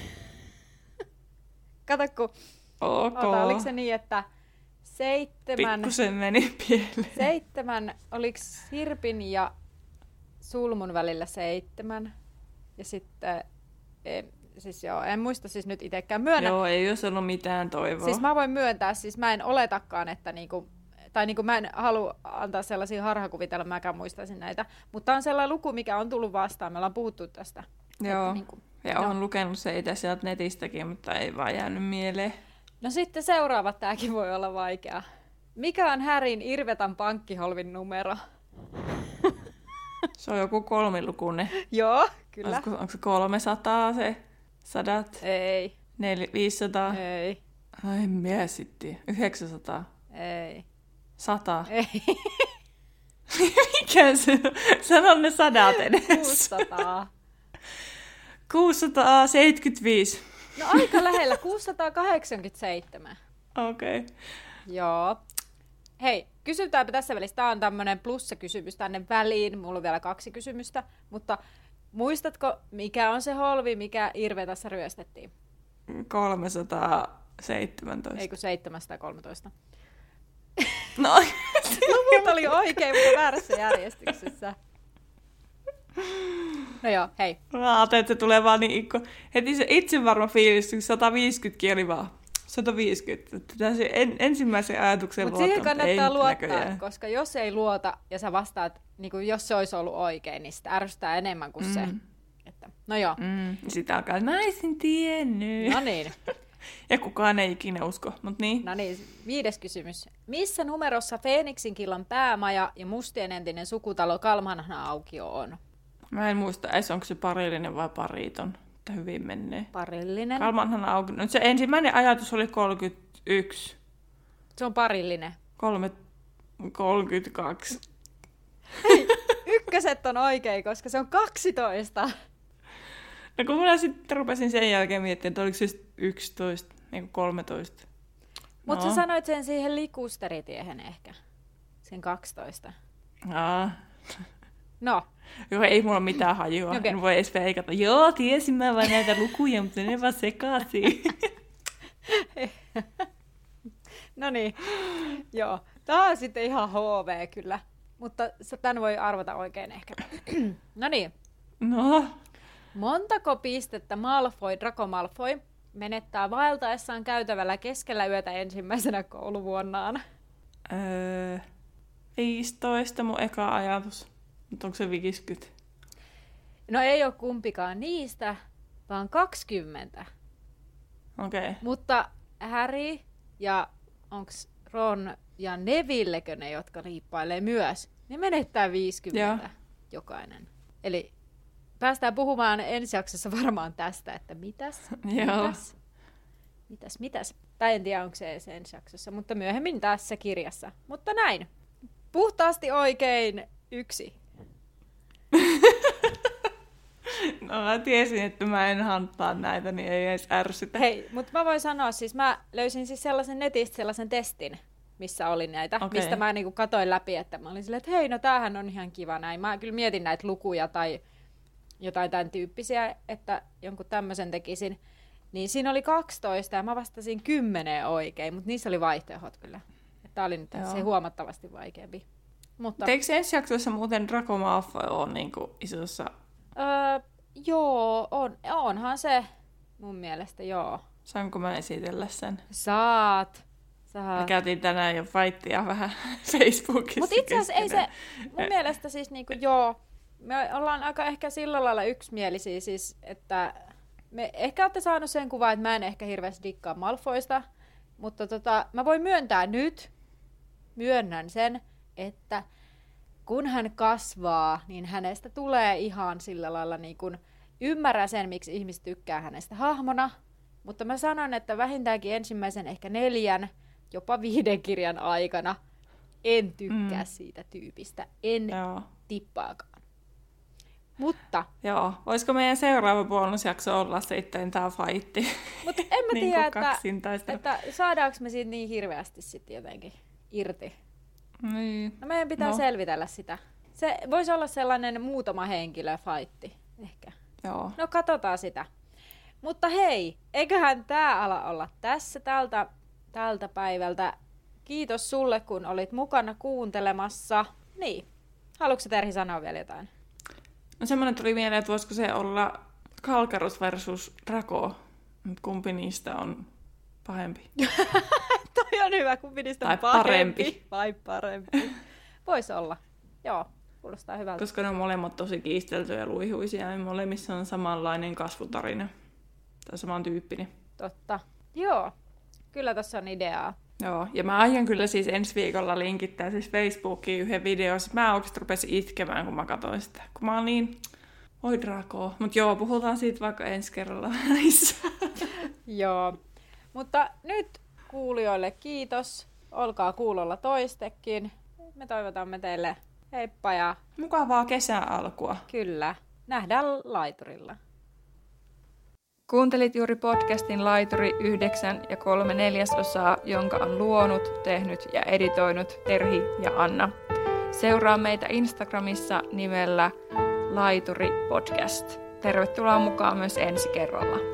Kato, kun... Ok. Ota, oliko se niin, että seitsemän... Pikkusen meni pieleen. Seitsemän, oliko sirpin ja sulmun välillä seitsemän? Ja sitten siis joo, en muista siis nyt itsekään myönnä. Joo, ei olisi ollut mitään toivoa. Siis mä voin myöntää, siis mä en oletakaan, että niinku, tai niinku mä en halua antaa sellaisia harhakuvitella, mäkään muistaisin näitä, mutta tää on sellainen luku, mikä on tullut vastaan, me ollaan puhuttu tästä. Joo, että, niinku, ja olen lukenut se itse sieltä netistäkin, mutta ei vaan jäänyt mieleen. No sitten seuraava, tääkin voi olla vaikea. Mikä on Harryn Irvetan pankkiholvin numero? Se on joku kolmilukuinen. Joo, kyllä. Olisiko, onko se kolmesataa se? Sadat? Ei. Neli, viisisataa? Ei. Ai mie sitten. yhdeksänsataa? Ei. Sata? Ei. Mikä se on? Sano ne sadat edes. kuusisataa. kuusisataaseitsemänkymmentäviisi. No aika lähellä, kuusisataakahdeksankymmentäseitsemän. Okei. Okay. Joo. Hei, kysytäänpä tässä välissä. Tämä on tämmöinen plussakysymys tänne väliin. Mulla on vielä kaksi kysymystä. Mutta muistatko, mikä on se holvi, mikä Irvetassa ryöstettiin? kolmesataaseitsemäntoista. Ei kun seitsemänsataakolmetoista. No, Luvut oli oikein, mutta väärässä järjestyksessä. No joo, hei. mä ajattelin, että se tulee vaan niin ikko. Heti se itsevarma fiilis, kun sata viisikymmentä oli vaan sata viisikymmentä. Tässä en, ensimmäisen ajatuksen Mutta luottaa, siihen kannattaa ei luottaa, näköjään. koska jos ei luota ja sä vastaat, niin kuin jos se olisi ollut oikein, niin sitä ärsyttää enemmän kuin mm. se. Että, no joo. Mm. Sitä alkaa, mä olisin tiennyt. No niin. Ja kukaan ei ikinä usko, mutta niin. No niin, viides kysymys. Missä numerossa Feeniksin killan päämaja ja Mustien entinen sukutalo Kalmanhan aukio on? Mä en muista edes, onko se parillinen vai pariton, että hyvin menee. Parillinen. Kalmanhan auki. No se ensimmäinen ajatus oli kolmekymmentäyksi. Se on parillinen. Kolme, kolmekymmentäkaksi. Hei, ykköset on oikein, koska se on kaksitoista. No kun minä sitten rupesin sen jälkeen miettimään, että oliko se yksitoista, niin kuin kolmetoista. Mutta no. sä sanoit sen siihen likusteritiehen ehkä. Sen kaksitoista. Aa. No. Joo, ei mulla mitään hajua. Okay. En voi edes veikata. Joo, tiesin mä vaan näitä lukuja, mutta ne vaan sekaisin. No niin, joo. Tää on sitten ihan H V kyllä. Mutta tän voi arvata oikein ehkä. No niin. No. Montako pistettä Malfoy, Draco Malfoy, menettää vaeltaessaan käytävällä keskellä yötä ensimmäisenä kouluvuonnaan? Öö, viisitoista mun eka ajatus. Mutta onko se viisikymmentä? No ei ole kumpikaan niistä, vaan kaksikymmentä. Okei. Okay. Mutta Harry ja onks Ron ja Nevillekö ne, jotka liippailee myös, ne menettää viisikymmentä Joo. jokainen. Eli päästään puhumaan ensi jaksossa varmaan tästä, että mitäs, mitäs, mitäs, mitäs. Tai en tiedä, onko se edes ensi jaksossa, mutta myöhemmin tässä kirjassa. Mutta näin. Puhtaasti oikein yksi. No mä tiesin, että mä en hanttaa näitä, niin ei edes ärsytä. Hei, mutta mä voin sanoa, siis mä löysin siis sellaisen netistä sellaisen testin, missä oli näitä, okay. mistä mä niinku katoin läpi, että mä olin silleen, että hei, no tämähän on ihan kiva näin. Mä kyllä mietin näitä lukuja tai jotain tämän tyyppisiä, että jonkun tämmöisen tekisin. Niin siinä oli kaksitoista ja mä vastasin kymmeneen oikein, mutta niissä oli vaihtoehdot kyllä. Tämä oli nyt se huomattavasti vaikeampi. Mutta eikö ensi jaksossa muuten Draco Malfoy ole niinku isossa? Öö, joo, on, onhan se mun mielestä, joo. Saanko mä esitellä sen? Saat. Saat. Me käytiin tänään jo fightia vähän Facebookissa. Mutta itse asiassa ei se, mun mielestä siis niinku joo, me ollaan aika ehkä sillä lailla yksimielisiä siis, että me ehkä olette saanut sen kuvan, että mä en ehkä hirveästi dikkaa Malfoysta, mutta tota, mä voin myöntää nyt, myönnän sen, että kun hän kasvaa, niin hänestä tulee ihan sillä lailla niin kuin ymmärrä sen, miksi ihmiset tykkää hänestä hahmona. Mutta mä sanon, että vähintäänkin ensimmäisen ehkä neljän, jopa viiden kirjan aikana en tykkää mm. siitä tyypistä. En Joo. tippaakaan. Mutta Joo, olisiko meidän seuraava bonusjakso olla sitten tämä fightti? Mutta en mä niin tiedä, että, että saadaanko me siitä niin hirveästi sitten jotenkin irti. Niin. No meidän pitää no. selvitellä sitä. Se voisi olla sellainen muutama henkilö fightti ehkä. Joo. No katsotaan sitä. Mutta hei, eiköhän tää ala olla tässä tältä, tältä päivältä. Kiitos sulle, kun olit mukana kuuntelemassa. Niin, haluatko Terhi sanoa vielä jotain? No semmoinen tuli mieleen, että voisiko se olla Kalkarus versus Draco. Kumpi niistä on pahempi? Toi on hyvä, kumpi niistä on tai pahempi. Parempi. Vai parempi. Voisi olla. Joo, kuulostaa hyvältä. Koska ne on molemmat tosi kiisteltyjä ja luihuisia ja molemmissa on samanlainen kasvutarina. Tai samantyyppinen. Totta. Joo, kyllä tässä on ideaa. Joo, ja mä aion kyllä siis ensi viikolla linkittää siis Facebookiin yhden videon. Mä oikeasti rupesin itkemään, kun mä katsoin sitä. Kun mä oon niin, oi Draco. Mut joo, puhutaan siitä vaikka ensi kerralla. Joo, mutta nyt kuulijoille kiitos. Olkaa kuulolla toistekin. Me toivotamme teille heippa ja... Mukavaa kesän alkua. Kyllä, nähdään laiturilla. Kuuntelit juuri podcastin Laituri yhdeksän ja kolme neljäsosaa, jonka on luonut, tehnyt ja editoinut Terhi ja Anna. Seuraa meitä Instagramissa nimellä Laituri Podcast. Tervetuloa mukaan myös ensi kerralla.